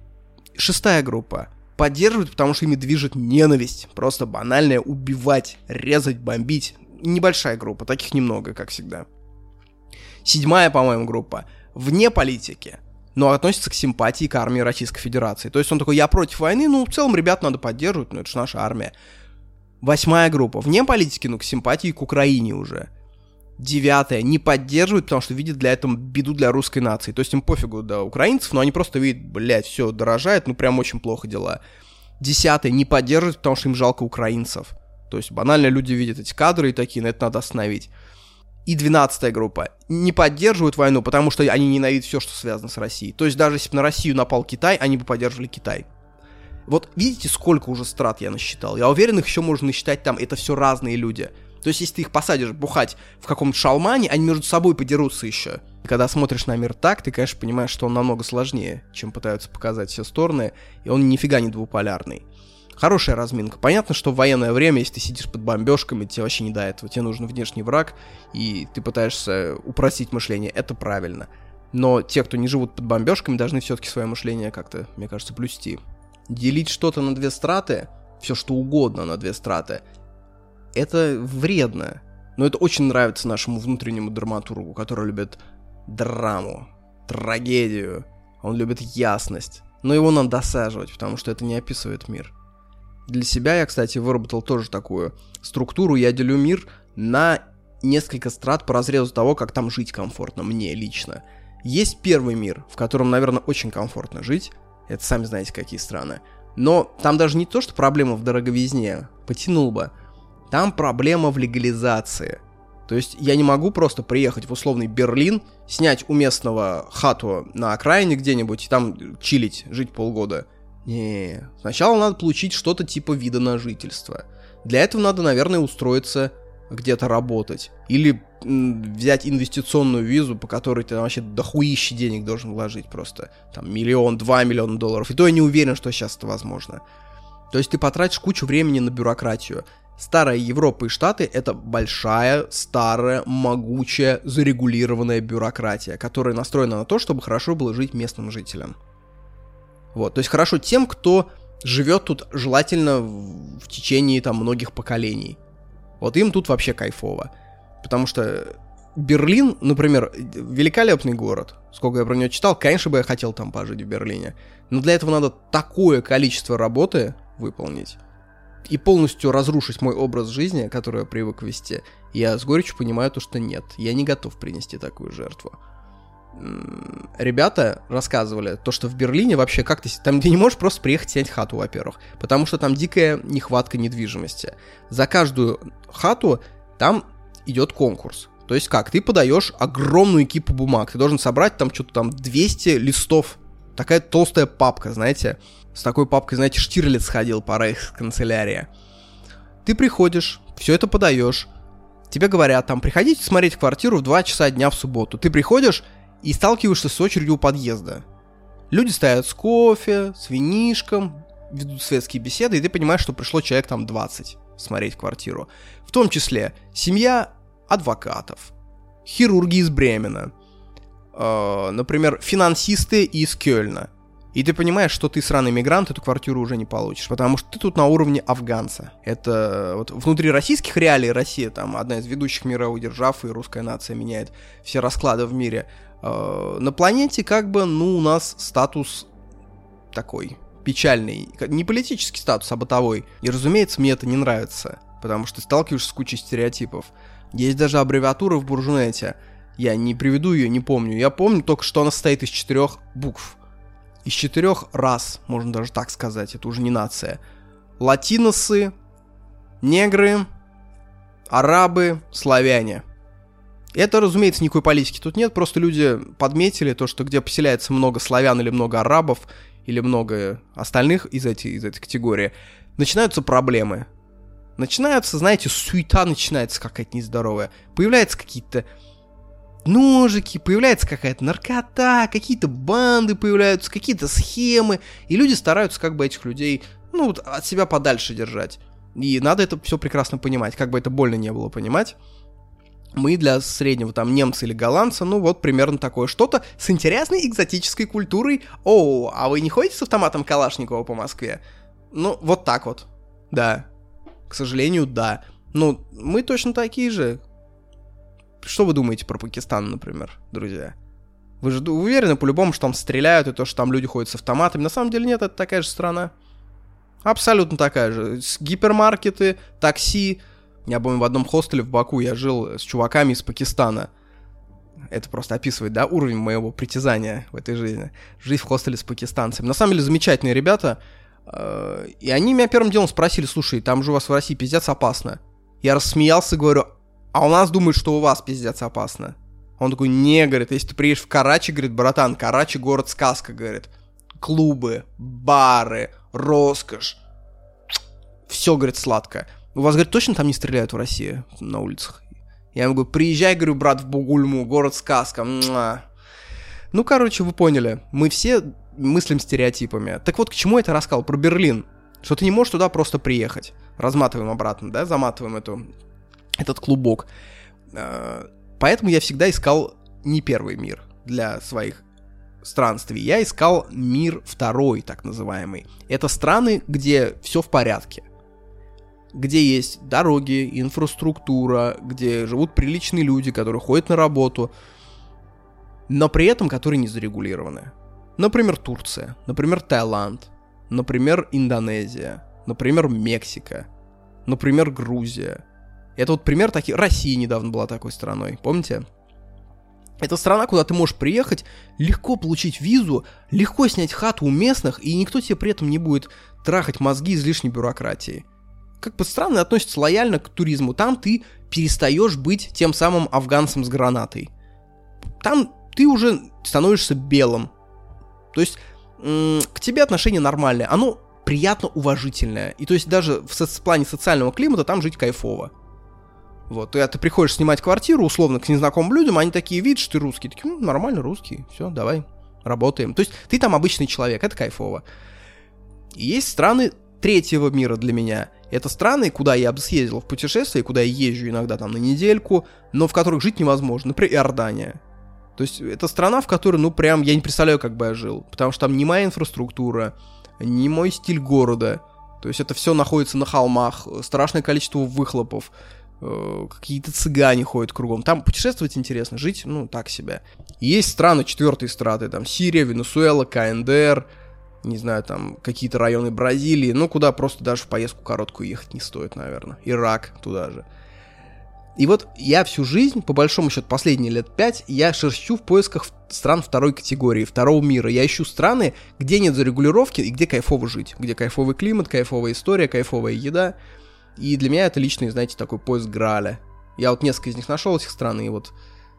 Шестая группа. Поддерживают, потому что ими движет ненависть. Просто банальное убивать, резать, бомбить. Небольшая группа, таких немного, как всегда. Седьмая, по-моему, группа. Вне политики, но относится к симпатии к армии Российской Федерации. То есть он такой: я против войны, ну, в целом ребят надо поддерживать, ну, это же наша армия. Восьмая группа. Вне политики, но к симпатии к Украине уже. Девятая. Не поддерживают, потому что видят для этого беду для русской нации. То есть им пофигу до украинцев, но они просто видят: блядь, все дорожает, ну, прям очень плохо дела. Десятая. Не поддерживают, потому что им жалко украинцев. То есть банально люди видят эти кадры и такие: ну, это надо остановить. И двенадцатая группа. Не поддерживают войну, потому что они ненавидят все, что связано с Россией. То есть даже если бы на Россию напал Китай, они бы поддерживали Китай. Вот видите, сколько уже страт я насчитал? Я уверен, их еще можно насчитать там. Это все разные люди. То есть если ты их посадишь бухать в каком-то шалмане, они между собой подерутся еще. Когда смотришь на мир так, ты, конечно, понимаешь, что он намного сложнее, чем пытаются показать все стороны, и он нифига не двуполярный. Хорошая разминка. Понятно, что в военное время, если ты сидишь под бомбежками, тебе вообще не до этого. Тебе нужен внешний враг, и ты пытаешься упростить мышление. Это правильно. Но те, кто не живут под бомбежками, должны все-таки свое мышление как-то, мне кажется, плюсти. Делить что-то на две страты, все что угодно на две страты, это вредно. Но это очень нравится нашему внутреннему драматургу, который любит драму, трагедию. Он любит ясность. Но его надо досаживать, потому что это не описывает мир. Для себя я, кстати, выработал тоже такую структуру. Я делю мир на несколько страт по разрезу того, как там жить комфортно, мне лично. Есть первый мир, в котором, наверное, очень комфортно жить. Это сами знаете, какие страны. Но там даже не то, что проблема в дороговизне, потянул бы. Там проблема в легализации. То есть я не могу просто приехать в условный Берлин, снять у местного хату на окраине где-нибудь и там чилить, жить полгода. Не, сначала надо получить что-то типа вида на жительство. Для этого надо, наверное, устроиться где-то работать. Или м, взять инвестиционную визу, по которой ты вообще дохуище денег должен вложить просто. Там миллион, два миллиона долларов. И то я не уверен, что сейчас это возможно. То есть ты потратишь кучу времени на бюрократию. Старая Европа и Штаты — это большая, старая, могучая, зарегулированная бюрократия, которая настроена на то, чтобы хорошо было жить местным жителям. Вот, то есть хорошо тем, кто живет тут желательно в, в течение там многих поколений. Вот им тут вообще кайфово. Потому что Берлин, например, великолепный город. Сколько я про него читал, конечно бы я хотел там пожить в Берлине. Но для этого надо такое количество работы выполнить и полностью разрушить мой образ жизни, который я привык вести. Я с горечью понимаю то, что нет, я не готов принести такую жертву. Ребята рассказывали то, что в Берлине вообще как-то... Там ты не можешь просто приехать снять хату, во-первых, потому что там дикая нехватка недвижимости. За каждую хату там идет конкурс. То есть как? Ты подаешь огромную кипу бумаг. Ты должен собрать там что-то там двести листов. Такая толстая папка, знаете. С такой папкой, знаете, Штирлиц ходил по рейхсканцелярии. Ты приходишь, все это подаешь. Тебе говорят, там, приходите смотреть квартиру в два часа дня в субботу. Ты приходишь и сталкиваешься с очередью у подъезда. Люди стоят с кофе, с винишком, ведут светские беседы, и ты понимаешь, что пришло человек там двадцать смотреть квартиру. В том числе семья адвокатов, хирурги из Бремена, э, например, финансисты из Кёльна. И ты понимаешь, что ты сраный мигрант, эту квартиру уже не получишь, потому что ты тут на уровне афганца. Это вот внутри российских реалий Россия там одна из ведущих мировых держав, и русская нация меняет все расклады в мире. Э, на планете как бы, ну, у нас статус такой печальный. Не политический статус, а бытовой. И, разумеется, мне это не нравится, потому что ты сталкиваешься с кучей стереотипов. Есть даже аббревиатура в Буржунете. Я не приведу ее, не помню. Я помню только, что она состоит из четырех букв. Из четырех рас, можно даже так сказать, это уже не нация. Латиносы, негры, арабы, славяне. Это, разумеется, никакой политики тут нет, просто люди подметили то, что где поселяется много славян или много арабов, или много остальных из этой, из этой категории, начинаются проблемы. Начинаются, знаете, суета начинается какая-то нездоровая. Появляются какие-то ножики, появляется какая-то наркота, какие-то банды появляются, какие-то схемы, и люди стараются как бы этих людей, ну, вот от себя подальше держать. И надо это все прекрасно понимать, как бы это больно не было понимать. Мы для среднего там немца или голландца, ну вот примерно такое что-то с интересной экзотической культурой. О, а вы не ходите с автоматом Калашникова по Москве? Ну, вот так вот. Да. К сожалению, да. Ну, мы точно такие же. Что вы думаете про Пакистан, например, друзья? Вы же уверены по-любому, что там стреляют, и то, что там люди ходят с автоматами? На самом деле нет, это такая же страна. Абсолютно такая же. Гипермаркеты, такси. Я помню, в одном хостеле в Баку я жил с чуваками из Пакистана. Это просто описывает, да, уровень моего притязания в этой жизни. Жить в хостеле с пакистанцами. На самом деле замечательные ребята. И они меня первым делом спросили: слушай, там же у вас в России пиздец опасно. Я рассмеялся и говорю: а у нас думают, что у вас пиздец опасно. Он такой: не, говорит, если ты приедешь в Карачи, говорит, братан, Карачи город сказка, говорит. Клубы, бары, роскошь. Все, говорит, сладко. У вас, говорит, точно там не стреляют в России на улицах? Я ему говорю: приезжай, говорю, брат, в Бугульму, город сказка. Муа. Ну, короче, вы поняли. Мы все мыслим стереотипами. Так вот, к чему я это рассказал? Про Берлин. Что ты не можешь туда просто приехать. Разматываем обратно, да, заматываем эту, этот клубок. Поэтому я всегда искал не первый мир для своих странствий. Я искал мир второй, так называемый. Это страны, где все в порядке. Где есть дороги, инфраструктура, где живут приличные люди, которые ходят на работу, но при этом которые не зарегулированы. Например, Турция, например, Таиланд, например, Индонезия, например, Мексика, например, Грузия. Это вот пример таких... Россия недавно была такой страной, помните? Это страна, куда ты можешь приехать, легко получить визу, легко снять хату у местных, и никто тебе при этом не будет трахать мозги излишней бюрократии. Как бы страны относятся лояльно к туризму. Там ты перестаешь быть тем самым афганцем с гранатой. Там ты уже становишься белым. То есть м- к тебе отношение нормальное. Оно приятно уважительное. И то есть даже в, со- в плане социального климата там жить кайфово. Вот, и ты приходишь снимать квартиру, условно, к незнакомым людям, они такие видят, что ты русский. Такие: ну, нормально, русский, все, давай, работаем. То есть ты там обычный человек, это кайфово. И есть страны третьего мира для меня. Это страны, куда я бы съездил в путешествие, куда я езжу иногда там на недельку, но в которых жить невозможно. Например, Иордания. То есть это страна, в которой, ну, прям я не представляю, как бы я жил. Потому что там не моя инфраструктура, не мой стиль города. То есть это все находится на холмах, страшное количество выхлопов, э, какие-то цыгане ходят кругом. Там путешествовать интересно, жить, ну, так себе. Есть страны четвертой страты, там Сирия, Венесуэла, КНДР, не знаю, там какие-то районы Бразилии, ну, куда просто даже в поездку короткую ехать не стоит, наверное. Ирак туда же. И вот я всю жизнь, по большому счету, последние лет пять, я шерщу в поисках стран второй категории, второго мира. Я ищу страны, где нет зарегулировки и где кайфово жить. Где кайфовый климат, кайфовая история, кайфовая еда. И для меня это личный, знаете, такой поиск Грааля. Я вот несколько из них нашел, этих стран, и вот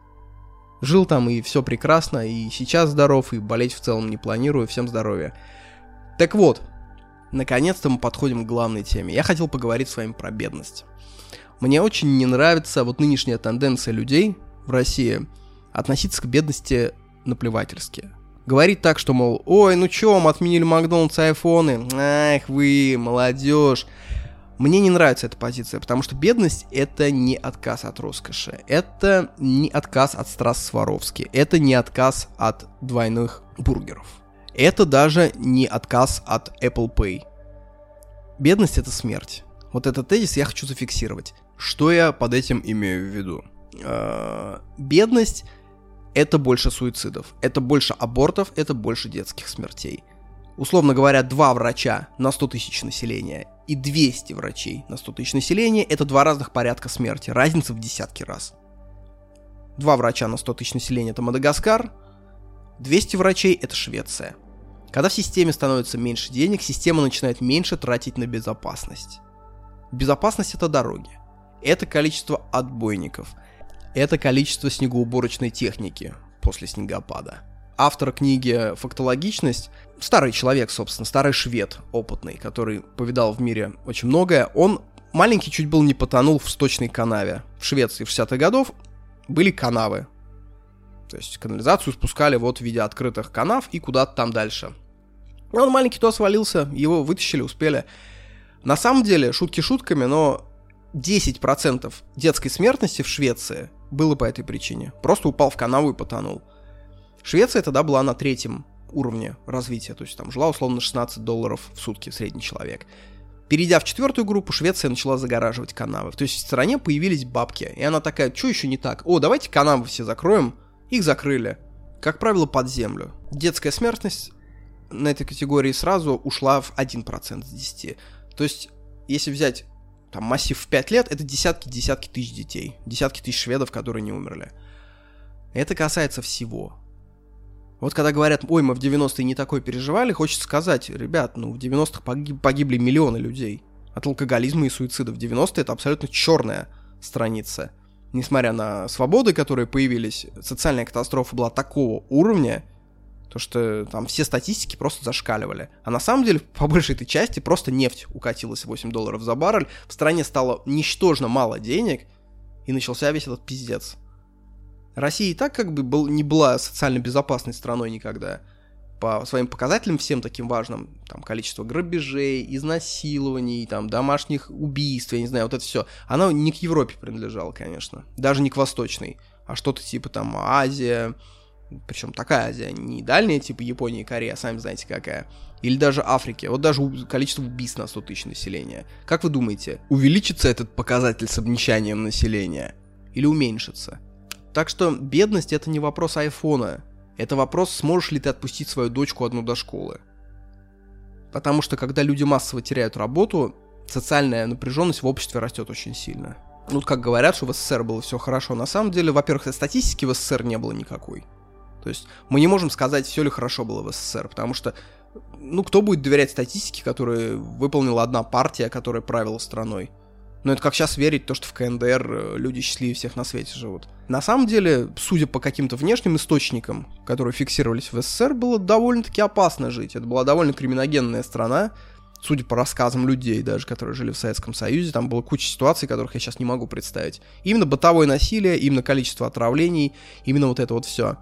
жил там, и все прекрасно, и сейчас здоров, и болеть в целом не планирую. Всем здоровья. Так вот, наконец-то мы подходим к главной теме. Я хотел поговорить с вами про бедность. Мне очень не нравится вот нынешняя тенденция людей в России относиться к бедности наплевательски. Говорить так, что, мол, ой, ну чё, мы отменили Макдональдс и айфоны, ах вы, молодежь. Мне не нравится эта позиция, потому что бедность — это не отказ от роскоши, это не отказ от страз Сваровски, это не отказ от двойных бургеров, это даже не отказ от Apple Pay. Бедность — это смерть. Вот этот тезис я хочу зафиксировать. Что я под этим имею в виду? Э-э- бедность — это больше суицидов, это больше абортов, это больше детских смертей. Условно говоря, два врача на сто тысяч населения и двести врачей на сто тысяч населения — это два разных порядка смерти, разница в десятки раз. Два врача на сто тысяч населения — это Мадагаскар, двести врачей — это Швеция. Когда в системе становится меньше денег, система начинает меньше тратить на безопасность. Безопасность — это дороги, это количество отбойников, это количество снегоуборочной техники после снегопада. Автор книги «Фактологичность», старый человек, собственно, старый швед опытный, который повидал в мире очень многое, он маленький чуть было не потонул в сточной канаве. В Швеции в шестидесятых годах были канавы. То есть канализацию спускали вот в виде открытых канав и куда-то там дальше. И он маленький туда свалился, его вытащили, успели. На самом деле, шутки шутками, но десять процентов детской смертности в Швеции было по этой причине. Просто упал в канаву и потонул. Швеция тогда была на третьем уровне развития, то есть там жила условно шестнадцать долларов в сутки средний человек. Перейдя в четвертую группу, Швеция начала загораживать канавы. То есть в стране появились бабки, и она такая: что еще не так? О, давайте канавы все закроем. Их закрыли. Как правило, под землю. Детская смертность на этой категории сразу ушла в один процент из десяти. То есть, если взять там массив в пять лет, это десятки-десятки тысяч детей. Десятки тысяч шведов, которые не умерли. Это касается всего. Вот когда говорят: ой, мы в девяностые не такое переживали, хочется сказать: ребят, ну в девяностых погиб, погибли миллионы людей от алкоголизма и суицида. В девяностые это абсолютно черная страница. Несмотря на свободы, которые появились, социальная катастрофа была такого уровня, то что там все статистики просто зашкаливали. А на самом деле, по большей этой части, просто нефть укатилась восемь долларов за баррель, в стране стало ничтожно мало денег, и начался весь этот пиздец. Россия и так как бы был, не была социально безопасной страной никогда. По своим показателям всем таким важным, там, количество грабежей, изнасилований, там, домашних убийств, я не знаю, вот это все, оно не к Европе принадлежало, конечно, даже не к Восточной, а что-то типа там Азия, причем такая Азия, не дальняя, типа Япония и Корея, сами знаете какая, или даже Африки, вот даже количество убийств на сто тысяч населения. Как вы думаете, увеличится этот показатель с обнищанием населения или уменьшится? Так что бедность — это не вопрос айфона. Это вопрос, сможешь ли ты отпустить свою дочку одну до школы. Потому что, когда люди массово теряют работу, социальная напряженность в обществе растет очень сильно. Ну, как говорят, что в СССР было все хорошо. На самом деле, во-первых, статистики в СССР не было никакой. То есть мы не можем сказать, все ли хорошо было в СССР, потому что, ну, кто будет доверять статистике, которую выполнила одна партия, которая правила страной? Но это как сейчас верить в то, что в ка эн дэ эр люди счастливее всех на свете живут. На самом деле, судя по каким-то внешним источникам, которые фиксировались в СССР, было довольно-таки опасно жить. Это была довольно криминогенная страна, судя по рассказам людей даже, которые жили в Советском Союзе. Там была куча ситуаций, которых я сейчас не могу представить. Именно бытовое насилие, именно количество отравлений, именно вот это вот все.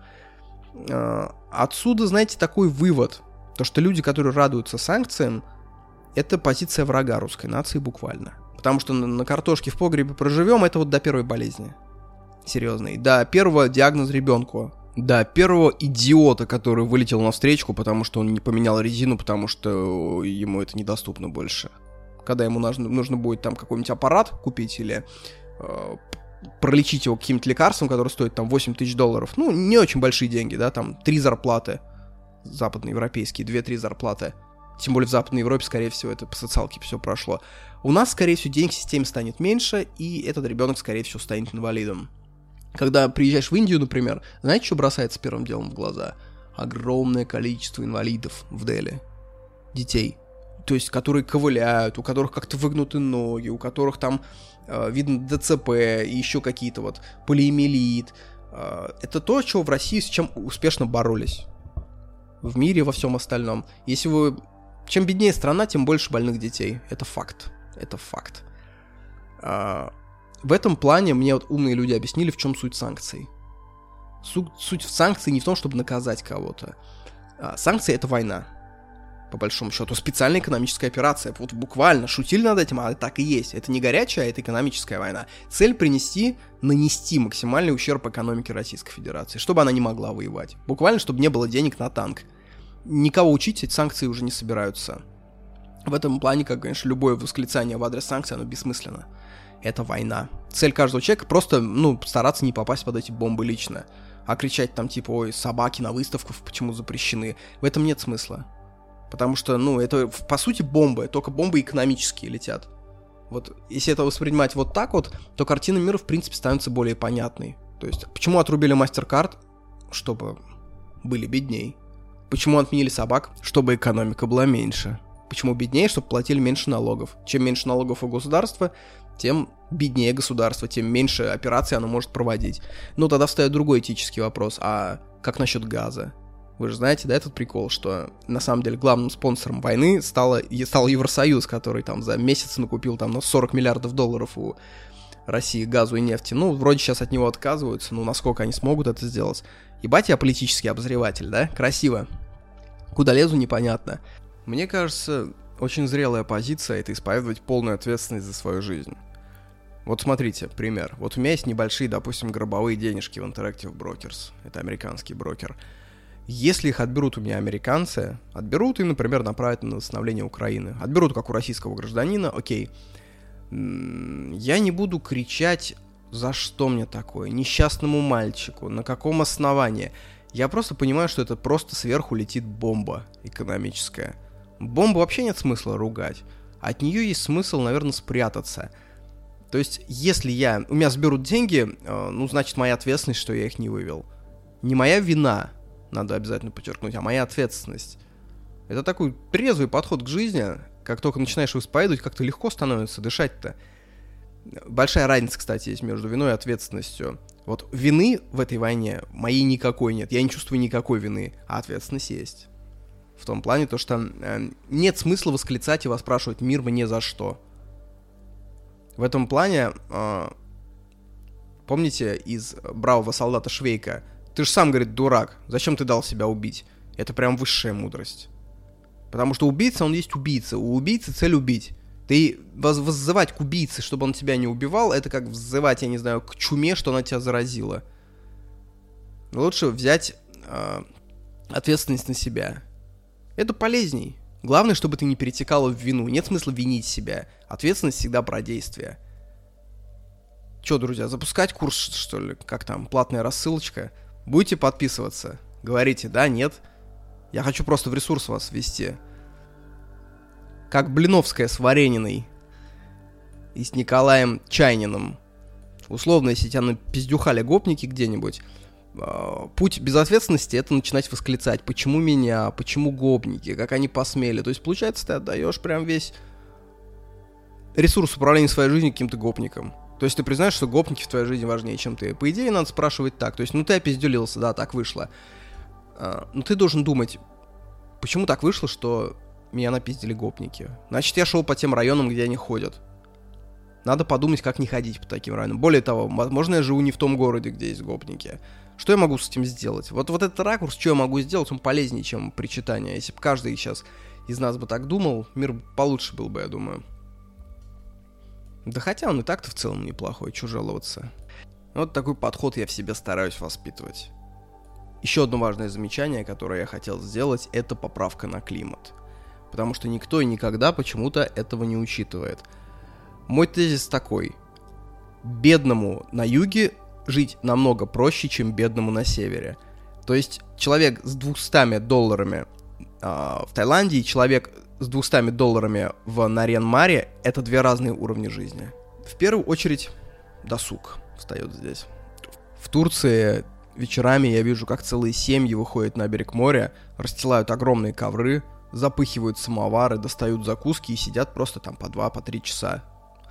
Отсюда, знаете, такой вывод. То, что люди, которые радуются санкциям, это позиция врага русской нации буквально. Потому что на, на картошке в погребе проживем, это вот до первой болезни серьезной, до первого диагноза ребенку, до первого идиота, который вылетел на встречку, потому что он не поменял резину, потому что ему это недоступно больше. Когда ему нужно, нужно будет там какой-нибудь аппарат купить или э, пролечить его каким-то лекарством, которое стоит там восемь тысяч долларов, ну, не очень большие деньги, да, там три зарплаты западноевропейские, две-три зарплаты. Тем более в Западной Европе, скорее всего, это по социалке все прошло. У нас, скорее всего, денег в системе станет меньше, и этот ребенок, скорее всего, станет инвалидом. Когда приезжаешь в Индию, например, знаете, что бросается первым делом в глаза? Огромное количество инвалидов в Дели. Детей. То есть, которые ковыляют, у которых как-то выгнуты ноги, у которых там э, видно дэ цэ пэ и еще какие-то вот полиэмиелит. Э, это то, чего в России с чем успешно боролись. В мире, во всем остальном. Если вы... Чем беднее страна, тем больше больных детей. Это факт. Это факт. А, в этом плане мне вот умные люди объяснили, в чем суть санкций. Суть, суть в санкции не в том, чтобы наказать кого-то. А, санкции — это война. по большому счету. Специальная экономическая операция. Вот буквально шутили над этим, а так и есть. Это не горячая, это экономическая война. Цель принести, нанести максимальный ущерб экономике Российской Федерации, чтобы она не могла воевать. Буквально, чтобы не было денег на танк. Никого учить эти санкции уже не собираются. В этом плане, как, конечно, любое восклицание в адрес санкций, оно бессмысленно. Это война. Цель каждого человека просто, ну, стараться не попасть под эти бомбы лично. А кричать там типа, ой, собаки на выставках почему запрещены. В этом нет смысла. Потому что, ну, это, по сути, бомбы, только бомбы экономические летят. Вот, если это воспринимать вот так вот, то картина мира, в принципе, становится более понятной. То есть, почему отрубили MasterCard? Чтобы были бедней. Почему отменили собак? Чтобы экономика была меньше. Почему беднее? Чтобы платили меньше налогов. Чем меньше налогов у государства, тем беднее государство, тем меньше операций оно может проводить. Но тогда встает другой этический вопрос. А как насчет газа? Вы же знаете, да, этот прикол, что на самом деле главным спонсором войны стало, стал Евросоюз, который там за месяц накупил там на сорок миллиардов долларов у России газу и нефти. Ну, вроде сейчас от него отказываются, но насколько они смогут это сделать? Ебать, я политический обозреватель, да? Красиво. Куда лезу, непонятно. Мне кажется, очень зрелая позиция — это исповедовать полную ответственность за свою жизнь. Вот смотрите, пример. Вот у меня есть небольшие, допустим, гробовые денежки в Interactive Brokers. Это американский брокер. Если их отберут у меня американцы, отберут и, например, направят на восстановление Украины, отберут как у российского гражданина, окей, я не буду кричать, за что мне такое, несчастному мальчику, на каком основании. Я просто понимаю, что это просто сверху летит бомба экономическая. Бомбу вообще нет смысла ругать. От нее есть смысл, наверное, спрятаться. То есть, если я... У меня сберут деньги, ну, значит, моя ответственность, что я их не вывел. Не моя вина, надо обязательно подчеркнуть, а моя ответственность. Это такой трезвый подход к жизни. Как только начинаешь его исповедовать, как-то легко становится дышать-то. Большая разница, кстати, есть между виной и ответственностью. Вот вины в этой войне моей никакой нет. Я не чувствую никакой вины, а ответственность есть. В том плане, то, что э, нет смысла восклицать и воспрашивать мир мне за что. В этом плане, э, помните из «Бравого солдата Швейка»? Ты же сам, говорит, дурак. Зачем ты дал себя убить? Это прям высшая мудрость. Потому что убийца, он есть убийца. У убийцы цель убить. Ты воззывать к убийце, чтобы он тебя не убивал, это как взывать, я не знаю, к чуме, что она тебя заразила. Лучше взять э, ответственность на себя. Это полезней. Главное, чтобы ты не перетекала в вину. Нет смысла винить себя. Ответственность всегда про действие. Че, друзья, запускать курс, что ли? Как там, платная рассылочка? Будете подписываться? Говорите, да, нет? Я хочу просто в ресурс вас ввести. Как Блиновская с Варениной и с Николаем Чайниным. Условно, если тебя напиздюхали гопники где-нибудь, э, путь безответственности — это начинать восклицать. Почему меня? Почему гопники? Как они посмели? То есть, получается, ты отдаешь прям весь ресурс управления своей жизнью каким-то гопникам. То есть ты признаешь, что гопники в твоей жизни важнее, чем ты. По идее, надо спрашивать так. То есть, ну ты опиздюлился, да, так вышло. А, но ты должен думать, почему так вышло, что меня напиздили гопники. Значит, я шел по тем районам, где они ходят. Надо подумать, как не ходить по таким районам. Более того, возможно, я живу не в том городе, где есть гопники. Что я могу с этим сделать? Вот, вот этот ракурс, что я могу сделать, он полезнее, чем причитание. Если бы каждый сейчас из нас бы так думал, мир получше был бы, я думаю. Да хотя он и так-то в целом неплохой, чё жаловаться. Вот такой подход я в себе стараюсь воспитывать. Еще одно важное замечание, которое я хотел сделать, это поправка на климат. Потому что никто и никогда почему-то этого не учитывает. Мой тезис такой. Бедному на юге жить намного проще, чем бедному на севере. То есть человек с двумястами долларами э, в Таиланде и человек с двумястами долларами в Нарьян-Маре — это две разные уровни жизни. В первую очередь досуг встает здесь. В Турции вечерами я вижу, как целые семьи выходят на берег моря, расстилают огромные ковры, запыхивают самовары, достают закуски и сидят просто там по два, по три часа.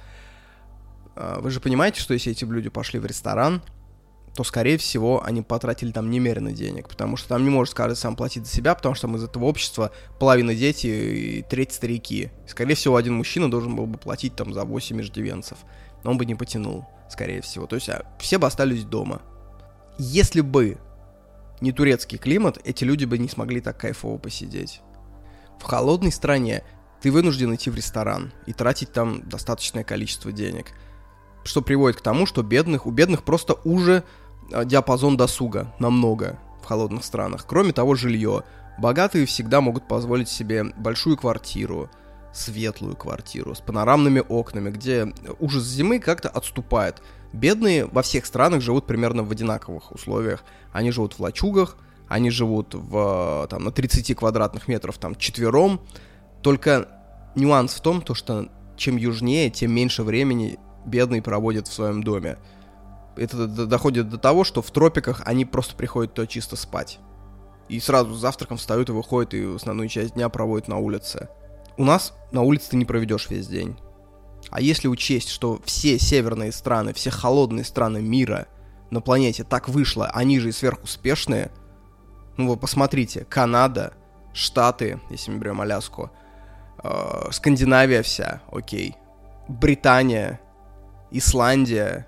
Вы же понимаете, что если эти люди пошли в ресторан, то, скорее всего, они потратили там немерено денег, потому что там не может каждый сам платить за себя, потому что там из этого общества половина дети и треть старики. Скорее всего, один мужчина должен был бы платить там за восемь иждивенцев, но он бы не потянул, скорее всего. То есть все бы остались дома. Если бы не турецкий климат, эти люди бы не смогли так кайфово посидеть. В холодной стране ты вынужден идти в ресторан и тратить там достаточное количество денег, что приводит к тому, что бедных, у бедных просто уже диапазон досуга намного в холодных странах. Кроме того, жилье. Богатые всегда могут позволить себе большую квартиру, светлую квартиру, с панорамными окнами, где ужас зимы как-то отступает. Бедные во всех странах живут примерно в одинаковых условиях. Они живут в лачугах, они живут в, там, на тридцать квадратных метров там, четвером. Только нюанс в том, то, что чем южнее, тем меньше времени бедные проводят в своем доме. Это доходит до того, что в тропиках они просто приходят то чисто спать. И сразу с завтраком встают и выходят, и основную часть дня проводят на улице. У нас на улице ты не проведешь весь день. А если учесть, что все северные страны, все холодные страны мира на планете так вышло, они же и сверхуспешные, ну вы посмотрите, Канада, Штаты, если мы берем Аляску, э, Скандинавия вся, окей, Британия, Исландия,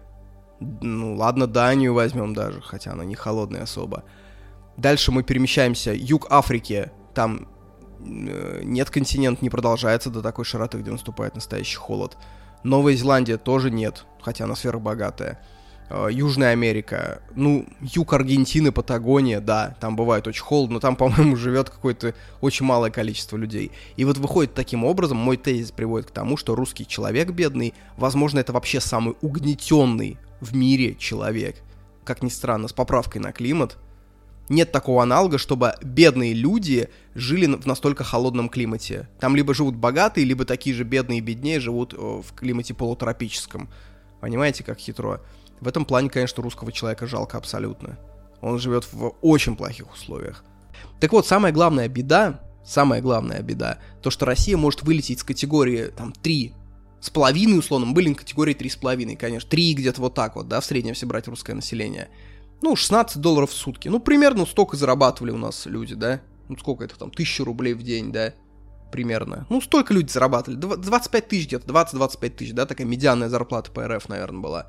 ну ладно, Данию возьмем даже, хотя она не холодная особо. Дальше мы перемещаемся, юг Африки, там э, нет, континент не продолжается до такой широты, где наступает настоящий холод. Новая Зеландия тоже нет, хотя она сверхбогатая. Э, Южная Америка, ну, юг Аргентины, Патагония, да, там бывает очень холодно, но там, по-моему, живет какое-то очень малое количество людей. И вот выходит таким образом, мой тезис приводит к тому, что русский человек бедный, возможно, это вообще самый угнетенный в мире человек. Как ни странно, с поправкой на климат. Нет такого аналога, чтобы бедные люди жили в настолько холодном климате. Там либо живут богатые, либо такие же бедные и беднее живут в климате полутропическом. Понимаете, как хитро? В этом плане, конечно, русского человека жалко абсолютно. Он живет в очень плохих условиях. Так вот, самая главная беда, самая главная беда, то, что Россия может вылететь с категории там три с половиной, условно, мы были на категории три с половиной, конечно, три где-то вот так вот, да, в среднем, если брать русское население. Ну, шестнадцать долларов в сутки. Ну, примерно столько зарабатывали у нас люди, да? Ну, сколько это там, тысяча рублей в день, да? Примерно. Ну, столько люди зарабатывали. двадцать пять тысяч где-то, двадцать-двадцать пять тысяч, да? Такая медианная зарплата по эр эф, наверное, была.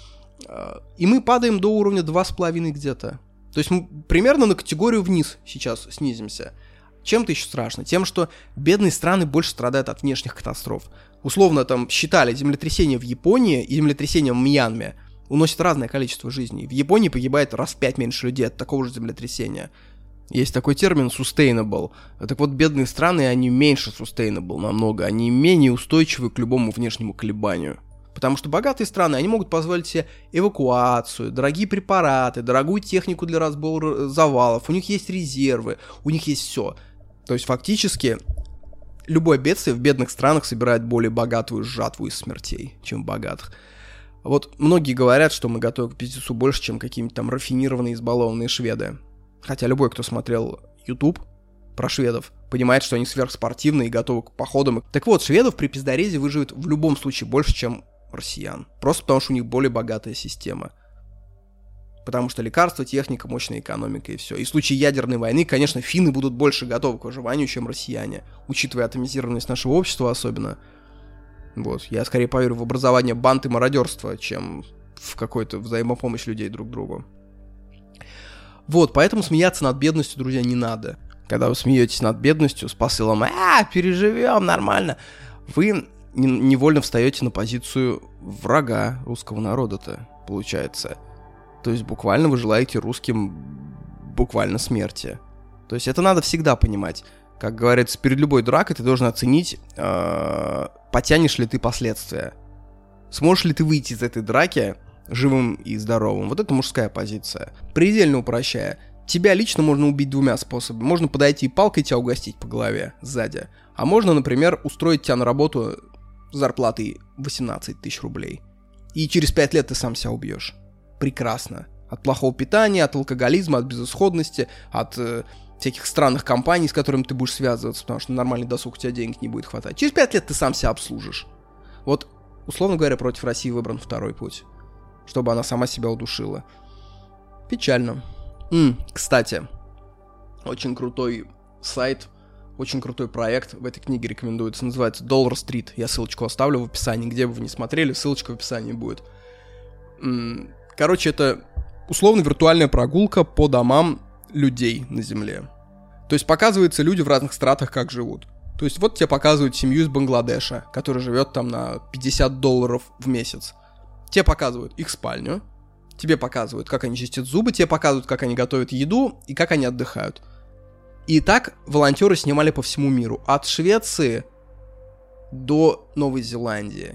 И мы падаем до уровня два с половиной где-то. То есть мы примерно на категорию вниз сейчас снизимся. Чем-то еще страшно? Тем, что бедные страны больше страдают от внешних катастроф. Условно, там, считали землетрясение в Японии и землетрясение в Мьянме уносит разное количество жизней. В Японии погибает раз в пять меньше людей от такого же землетрясения. Есть такой термин sustainable. Так вот, бедные страны, они меньше sustainable намного. Они менее устойчивы к любому внешнему колебанию. Потому что богатые страны, они могут позволить себе эвакуацию, дорогие препараты, дорогую технику для разбора завалов. У них есть резервы, у них есть все. То есть, фактически, любое бедствие в бедных странах собирает более богатую жатву из смертей, чем в богатых. Вот многие говорят, что мы готовы к пиздецу больше, чем какие-нибудь там рафинированные, избалованные шведы. Хотя любой, кто смотрел YouTube про шведов, понимает, что они сверхспортивные и готовы к походам. Так вот, шведов при пиздорезе выживет в любом случае больше, чем россиян. Просто потому, что у них более богатая система. Потому что лекарства, техника, мощная экономика и все. И в случае ядерной войны, конечно, финны будут больше готовы к выживанию, чем россияне. Учитывая атомизированность нашего общества особенно. Вот. Я скорее поверю в образование банд и мародерства, чем в какую-то взаимопомощь людей друг другу. Вот, поэтому смеяться над бедностью, друзья, не надо. Когда вы смеетесь над бедностью с посылом «А, переживем, нормально», вы невольно встаете на позицию врага русского народа-то, получается. То есть буквально вы желаете русским буквально смерти. То есть это надо всегда понимать. Как говорится, перед любой дракой ты должен оценить, э, потянешь ли ты последствия. Сможешь ли ты выйти из этой драки живым и здоровым. Вот это мужская позиция. Предельно упрощая. Тебя лично можно убить двумя способами. Можно подойти и палкой тебя угостить по голове сзади. А можно, например, устроить тебя на работу с зарплатой восемнадцать тысяч рублей. И через пять лет ты сам себя убьешь. Прекрасно. От плохого питания, от алкоголизма, от безысходности, от э, всяких странных компаний, с которыми ты будешь связываться, потому что на нормальный досуг у тебя денег не будет хватать. Через пять лет ты сам себя обслужишь. Вот, условно говоря, против России выбран второй путь. Чтобы она сама себя удушила. Печально. М, кстати, очень крутой сайт, очень крутой проект в этой книге рекомендуется, называется Dollar Street. Я ссылочку оставлю в описании, где бы вы не смотрели, ссылочка в описании будет. М, короче, это условно виртуальная прогулка по домам людей на Земле. То есть показываются люди в разных стратах, как живут. То есть вот тебе показывают семью из Бангладеша, которая живет там на пятьдесят долларов в месяц. Тебе показывают их спальню, тебе показывают, как они чистят зубы, тебе показывают, как они готовят еду и как они отдыхают. И так волонтеры снимали по всему миру. От Швеции до Новой Зеландии.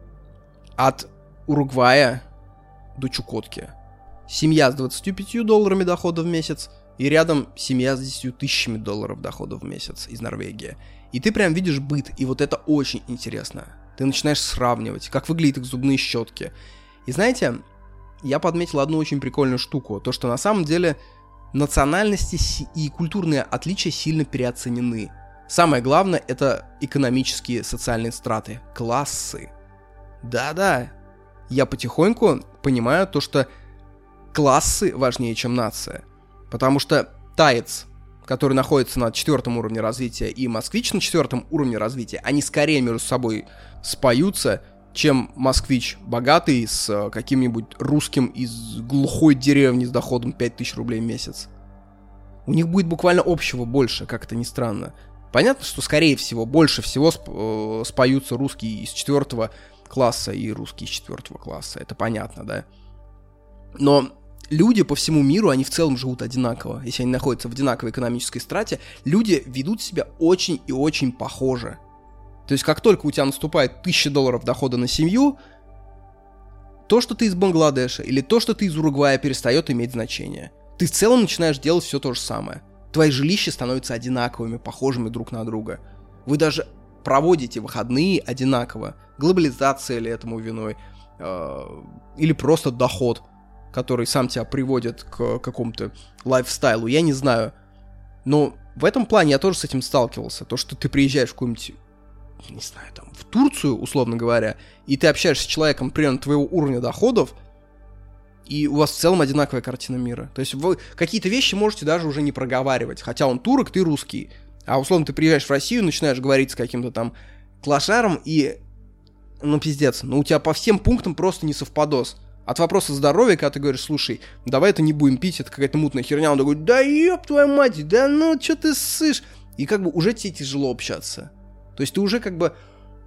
От Уругвая до Чукотки. Семья с двадцатью пятью долларами дохода в месяц. И рядом семья с десятью тысячами долларов дохода в месяц из Норвегии. И ты прям видишь быт. И вот это очень интересно. Ты начинаешь сравнивать, как выглядят их зубные щетки. И знаете, я подметил одну очень прикольную штуку. То, что на самом деле национальности и культурные отличия сильно переоценены. Самое главное — это экономические социальные страты, классы. Да-да, я потихоньку понимаю то, что классы важнее, чем нация. Потому что таец, который находится на четвертом уровне развития, и москвич на четвертом уровне развития, они скорее между собой споются, чем москвич богатый с каким-нибудь русским из глухой деревни с доходом пять тысяч рублей в месяц. У них будет буквально общего больше, как это ни странно. Понятно, что, скорее всего, больше всего сп- споются русские из четвертого класса и русские из четвертого класса. Это понятно, да? Но люди по всему миру, они в целом живут одинаково. Если они находятся в одинаковой экономической страте, люди ведут себя очень и очень похоже. То есть, как только у тебя наступает тысяча долларов дохода на семью, то, что ты из Бангладеша или то, что ты из Уругвая, перестает иметь значение. Ты в целом начинаешь делать все то же самое. Твои жилища становятся одинаковыми, похожими друг на друга. Вы даже проводите выходные одинаково. Глобализация ли этому виной, э, или просто доход, который сам тебя приводит к какому-то лайфстайлу, я не знаю. Но в этом плане я тоже с этим сталкивался. То, что ты приезжаешь в какую-нибудь, не знаю, там, в Турцию, условно говоря, и ты общаешься с человеком примерно твоего уровня доходов, и у вас в целом одинаковая картина мира. То есть вы какие-то вещи можете даже уже не проговаривать. Хотя он турок, ты русский. А условно ты приезжаешь в Россию, начинаешь говорить с каким-то там клошаром, и, ну, пиздец, ну, у тебя по всем пунктам просто не совпадос. От вопроса здоровья, когда ты говоришь, слушай, давай это не будем пить, это какая-то мутная херня, он такой, да ёб твою мать, да ну, чё ты ссышь? И как бы уже тебе тяжело общаться. То есть ты уже как бы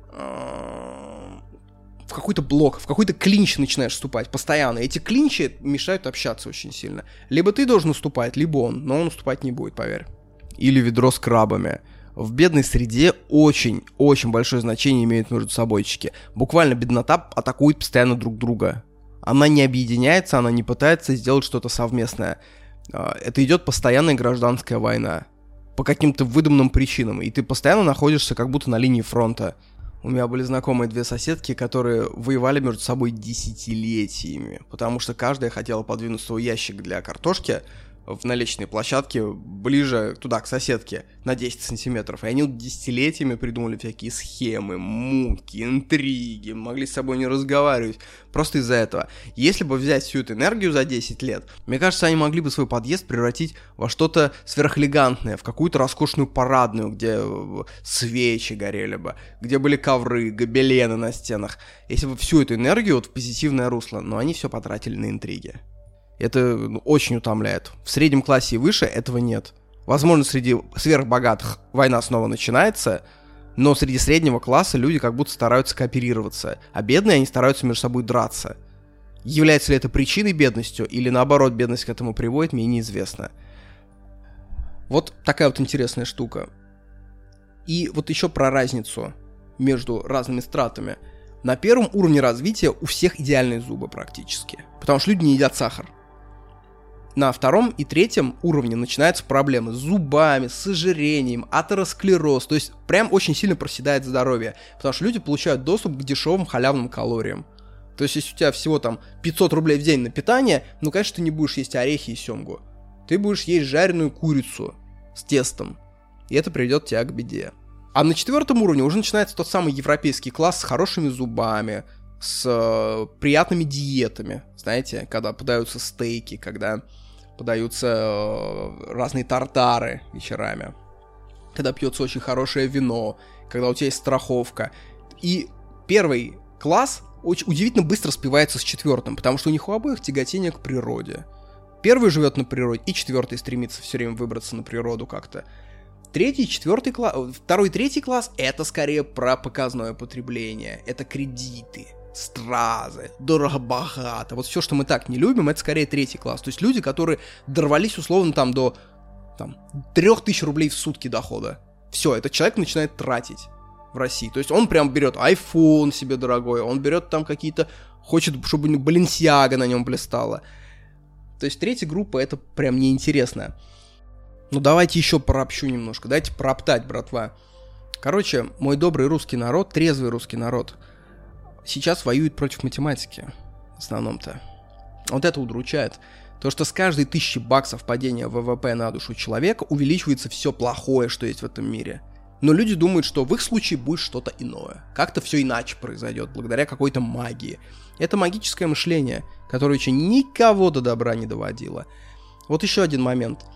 в какой-то блок, в какой-то клинч начинаешь вступать постоянно. Эти клинчи мешают общаться очень сильно. Либо ты должен уступать, либо он, но он уступать не будет, поверь. Или ведро с крабами. В бедной среде очень-очень большое значение имеют между собойчики. Буквально беднота атакует постоянно друг друга. Она не объединяется, она не пытается сделать что-то совместное. Это идет постоянная гражданская война. По каким-то выдуманным причинам. И ты постоянно находишься как будто на линии фронта. У меня были знакомые две соседки, которые воевали между собой десятилетиями. Потому что каждая хотела подвинуть свой ящик для картошки в наличной площадке ближе туда, к соседке, на десять сантиметров. И они десятилетиями придумали всякие схемы, мутки, интриги, могли с собой не разговаривать. Просто из-за этого. Если бы взять всю эту энергию за десять лет, мне кажется, они могли бы свой подъезд превратить во что-то сверхэлегантное, в какую-то роскошную парадную, где свечи горели бы, где были ковры, гобелены на стенах. Если бы всю эту энергию вот в позитивное русло, но они все потратили на интриги. Это, ну, очень утомляет. В среднем классе и выше этого нет. Возможно, среди сверхбогатых война снова начинается, но среди среднего класса люди как будто стараются кооперироваться, а бедные, они стараются между собой драться. Является ли это причиной бедностью, или наоборот, бедность к этому приводит, мне неизвестно. Вот такая вот интересная штука. И вот еще про разницу между разными стратами. На первом уровне развития у всех идеальные зубы практически, потому что люди не едят сахар. На втором и третьем уровне начинаются проблемы с зубами, с ожирением, атеросклероз. То есть прям очень сильно проседает здоровье, потому что люди получают доступ к дешевым халявным калориям. То есть если у тебя всего там пятьсот рублей в день на питание, ну, конечно, ты не будешь есть орехи и семгу. Ты будешь есть жареную курицу с тестом, и это приведет тебя к беде. А на четвертом уровне уже начинается тот самый европейский класс с хорошими зубами, с э, приятными диетами. Знаете, когда подаются стейки, когда подаются э, разные тартары вечерами, когда пьется очень хорошее вино, когда у тебя есть страховка. И первый класс очень удивительно быстро спивается с четвертым, потому что у них у обоих тяготение к природе. первый живет на природе, и четвертый стремится все время выбраться на природу как-то. Третий, четвертый класс, второй, третий класс — это скорее про показное потребление. Это кредиты, стразы, дорого-богато. Вот все, что мы так не любим, это скорее третий класс. То есть люди, которые дорвались условно там до там, трех тысяч рублей в сутки дохода. Все, этот человек начинает тратить в России. То есть он прям берет iPhone себе дорогой, он берет там какие-то, хочет, чтобы Balenciaga на нем блистала. То есть третья группа — это прям неинтересная. Ну давайте еще прообщу немножко, дайте прооптать, братва. Короче, мой добрый русский народ, трезвый русский народ, сейчас воюет против математики, в основном-то. Вот это удручает. То, что с каждой тысячи баксов падения ВВП на душу человека увеличивается все плохое, что есть в этом мире. Но люди думают, что в их случае будет что-то иное. Как-то все иначе произойдет, благодаря какой-то магии. Это магическое мышление, которое еще никого до добра не доводило. Вот еще один момент.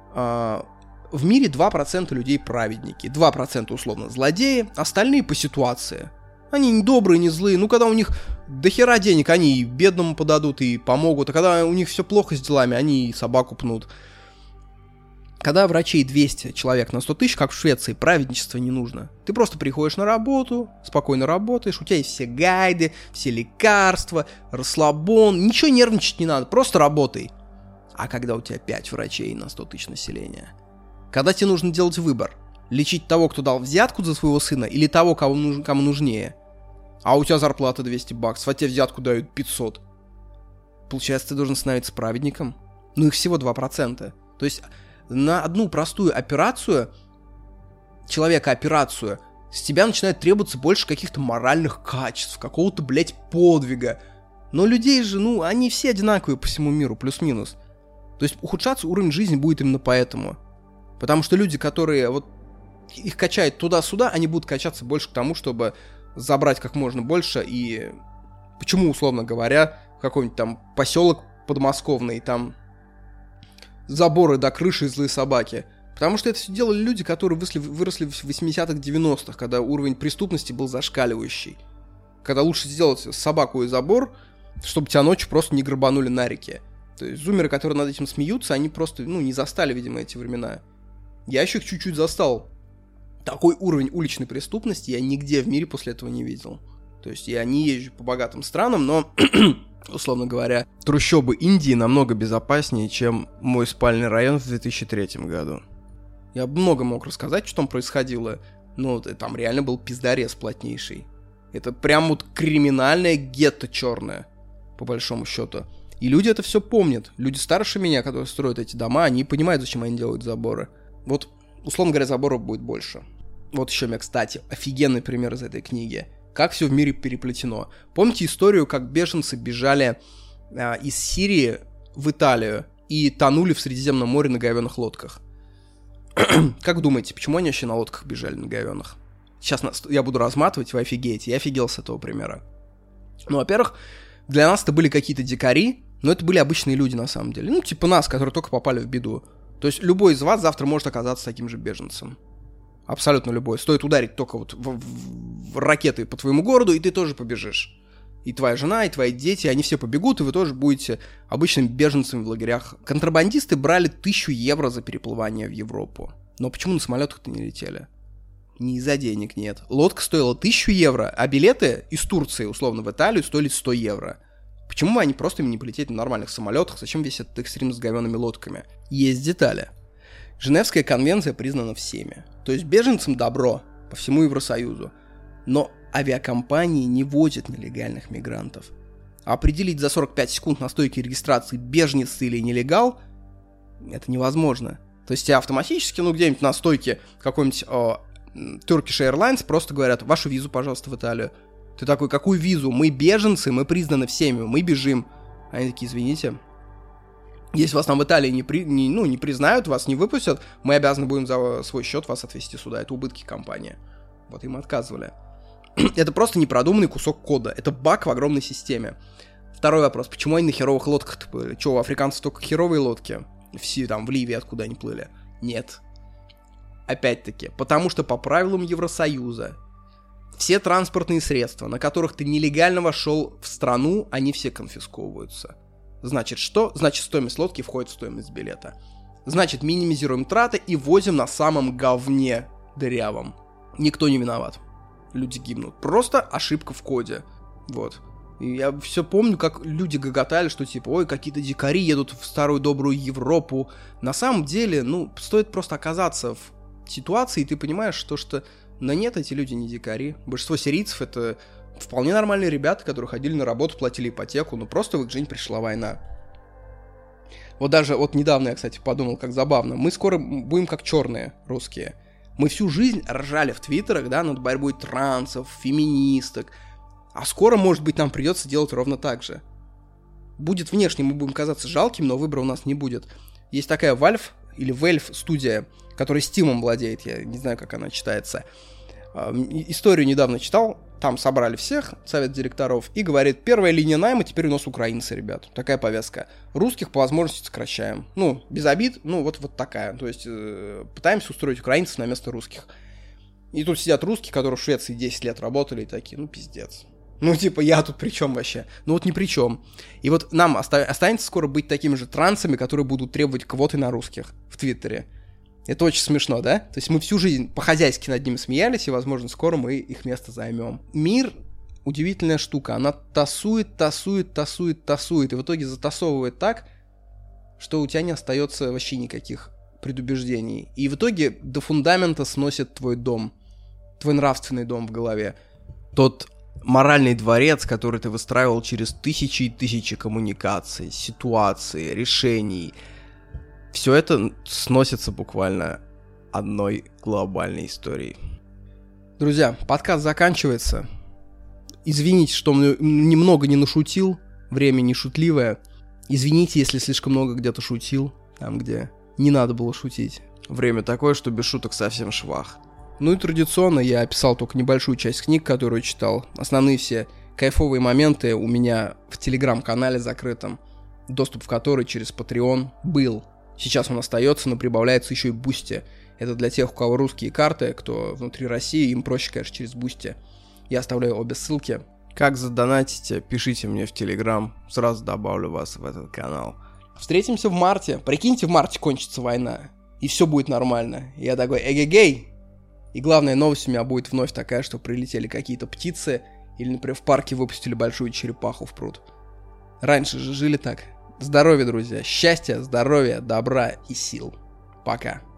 В мире два процента людей праведники, два процента условно злодеи, остальные по ситуации. Они не добрые, не злые, ну когда у них дохера денег, они и бедному подадут, и помогут, а когда у них все плохо с делами, они и собаку пнут. Когда врачей двести человек на сто тысяч, как в Швеции, праведничество не нужно. Ты просто приходишь на работу, спокойно работаешь, у тебя есть все гайды, все лекарства, расслабон, ничего нервничать не надо, просто работай. А когда у тебя пять врачей на сто тысяч населения? Когда тебе нужно делать выбор? Лечить того, кто дал взятку за своего сына, или того, кому, нуж- кому нужнее? А у тебя зарплата двести баксов, а тебе взятку дают пятьсот. Получается, ты должен становиться праведником? Ну, их всего два процента. То есть на одну простую операцию, человека-операцию, с тебя начинает требоваться больше каких-то моральных качеств, какого-то, блядь, подвига. Но людей же, ну, они все одинаковые по всему миру, плюс-минус. То есть ухудшаться уровень жизни будет именно поэтому. Потому что люди, которые вот их качают туда-сюда, они будут качаться больше к тому, чтобы забрать как можно больше. И почему, условно говоря, какой-нибудь там поселок подмосковный, там заборы до крыши и злые собаки? Потому что это все делали люди, которые выросли, выросли в восьмидесятых, девяностых, когда уровень преступности был зашкаливающий. Когда лучше сделать собаку и забор, чтобы тебя ночью просто не грабанули на реке. То есть зумеры, которые над этим смеются, они просто, ну, не застали, видимо, эти времена. Я еще их чуть-чуть застал. Такой уровень уличной преступности я нигде в мире после этого не видел. То есть я не езжу по богатым странам, но, условно говоря, трущобы Индии намного безопаснее, чем мой спальный район в две тысячи третьем году. Я много мог рассказать, что там происходило, но там реально был пиздарез плотнейший. Это прям вот криминальное гетто черное, по большому счету. И люди это все помнят. Люди старше меня, которые строят эти дома, они понимают, зачем они делают заборы. Вот, условно говоря, заборов будет больше. Вот еще у меня, кстати, офигенный пример из этой книги. Как все в мире переплетено. Помните историю, как беженцы бежали а, из Сирии в Италию и тонули в Средиземном море на говёных лодках? Как думаете, почему они вообще на лодках бежали, на говёных? Сейчас я буду разматывать, вы офигеете. Я офигел с этого примера. Ну, во-первых, для нас это были какие-то дикари, но это были обычные люди на самом деле. Ну, типа нас, которые только попали в беду. То есть любой из вас завтра может оказаться таким же беженцем. Абсолютно любой. Стоит ударить только вот в, в, в ракеты по твоему городу, и ты тоже побежишь. И твоя жена, и твои дети, они все побегут, и вы тоже будете обычными беженцами в лагерях. Контрабандисты брали тысячу евро за переплывание в Европу. Но почему на самолетах-то не летели? Не из-за денег, нет. Лодка стоила тысячу евро, а билеты из Турции, условно, в Италию стоили сто евро. Почему бы они просто не полететь на нормальных самолетах? Зачем весь этот экстрим с говёными лодками? Есть детали. Женевская конвенция признана всеми. То есть беженцам добро по всему Евросоюзу. Но авиакомпании не возят нелегальных мигрантов. А определить за сорок пять секунд на стойке регистрации, беженец или нелегал, это невозможно. То есть тебя автоматически, ну где-нибудь на стойке какой-нибудь о, Turkish Airlines просто говорят: вашу визу, пожалуйста, в Италию. Ты такой: какую визу? Мы беженцы, мы признаны всеми, мы бежим. Они такие: извините, если вас там в Италии не, при, не, ну, не признают, вас не выпустят, мы обязаны будем за свой счет вас отвезти сюда. Это убытки компании. Вот им отказывали. Это просто непродуманный кусок кода. Это баг в огромной системе. Второй вопрос. Почему они на херовых лодках-то плыли? Че, у африканцев только херовые лодки? Все там в Ливии, откуда они плыли? Нет. Опять-таки, потому что по правилам Евросоюза все транспортные средства, на которых ты нелегально вошел в страну, они все конфисковываются. Значит, что? Значит, стоимость лодки входит в стоимость билета. Значит, минимизируем траты и возим на самом говне дырявом. Никто не виноват. Люди гибнут. Просто ошибка в коде. Вот. И я все помню, как люди гоготали, что типа, ой, какие-то дикари едут в старую добрую Европу. На самом деле, ну, стоит просто оказаться в ситуации, и ты понимаешь, что, что да нет, эти люди не дикари. Большинство сирийцев — это вполне нормальные ребята, которые ходили на работу, платили ипотеку, но просто в их жизнь пришла война. Вот даже вот недавно я, кстати, подумал, как забавно. Мы скоро будем как черные русские. Мы всю жизнь ржали в твиттерах, да, над борьбой трансов, феминисток. А скоро, может быть, нам придется делать ровно так же. Будет внешне, мы будем казаться жалким, но выбора у нас не будет. Есть такая Valve, или Valve студия, которая Steam'ом владеет, я не знаю, как она читается. Историю недавно читал, там собрали всех, совет директоров, и говорит, первая линия найма теперь у нас украинцы, ребят. Такая повестка. Русских по возможности сокращаем. Ну, без обид, ну, вот, вот такая. То есть, э, пытаемся устроить украинцев на место русских. И тут сидят русские, которые в Швеции десять лет работали, и такие, ну, пиздец. Ну, типа, я тут при чем вообще? Ну, вот ни при чем. И вот нам оста- останется скоро быть такими же трансами, которые будут требовать квоты на русских в Твиттере. Это очень смешно, да? То есть мы всю жизнь по-хозяйски над ними смеялись, и, возможно, скоро мы их место займем. Мир — удивительная штука. Она тасует, тасует, тасует, тасует, и в итоге затасовывает так, что у тебя не остается вообще никаких предубеждений. И в итоге до фундамента сносит твой дом, твой нравственный дом в голове. Тот моральный дворец, который ты выстраивал через тысячи и тысячи коммуникаций, ситуаций, решений. Все это сносится буквально одной глобальной историей. Друзья, подкаст заканчивается. Извините, что немного не нашутил. Время не шутливое. Извините, если слишком много где-то шутил. Там, где не надо было шутить. Время такое, что без шуток совсем швах. Ну и традиционно я описал только небольшую часть книг, которую читал. Основные все кайфовые моменты у меня в телеграм-канале закрытом, доступ в который через Patreon был. Сейчас он остается, но прибавляется еще и Boosty. Это для тех, у кого русские карты, кто внутри России, им проще, конечно, через Boosty. Я оставляю обе ссылки. Как задонатите, пишите мне в Телеграм, сразу добавлю вас в этот канал. Встретимся в марте. Прикиньте, в марте кончится война, и все будет нормально. И я такой, эгегей! И главная новость у меня будет вновь такая, что прилетели какие-то птицы, или, например, в парке выпустили большую черепаху в пруд. Раньше же жили так. Здоровья, друзья, счастья, здоровья, добра и сил. Пока.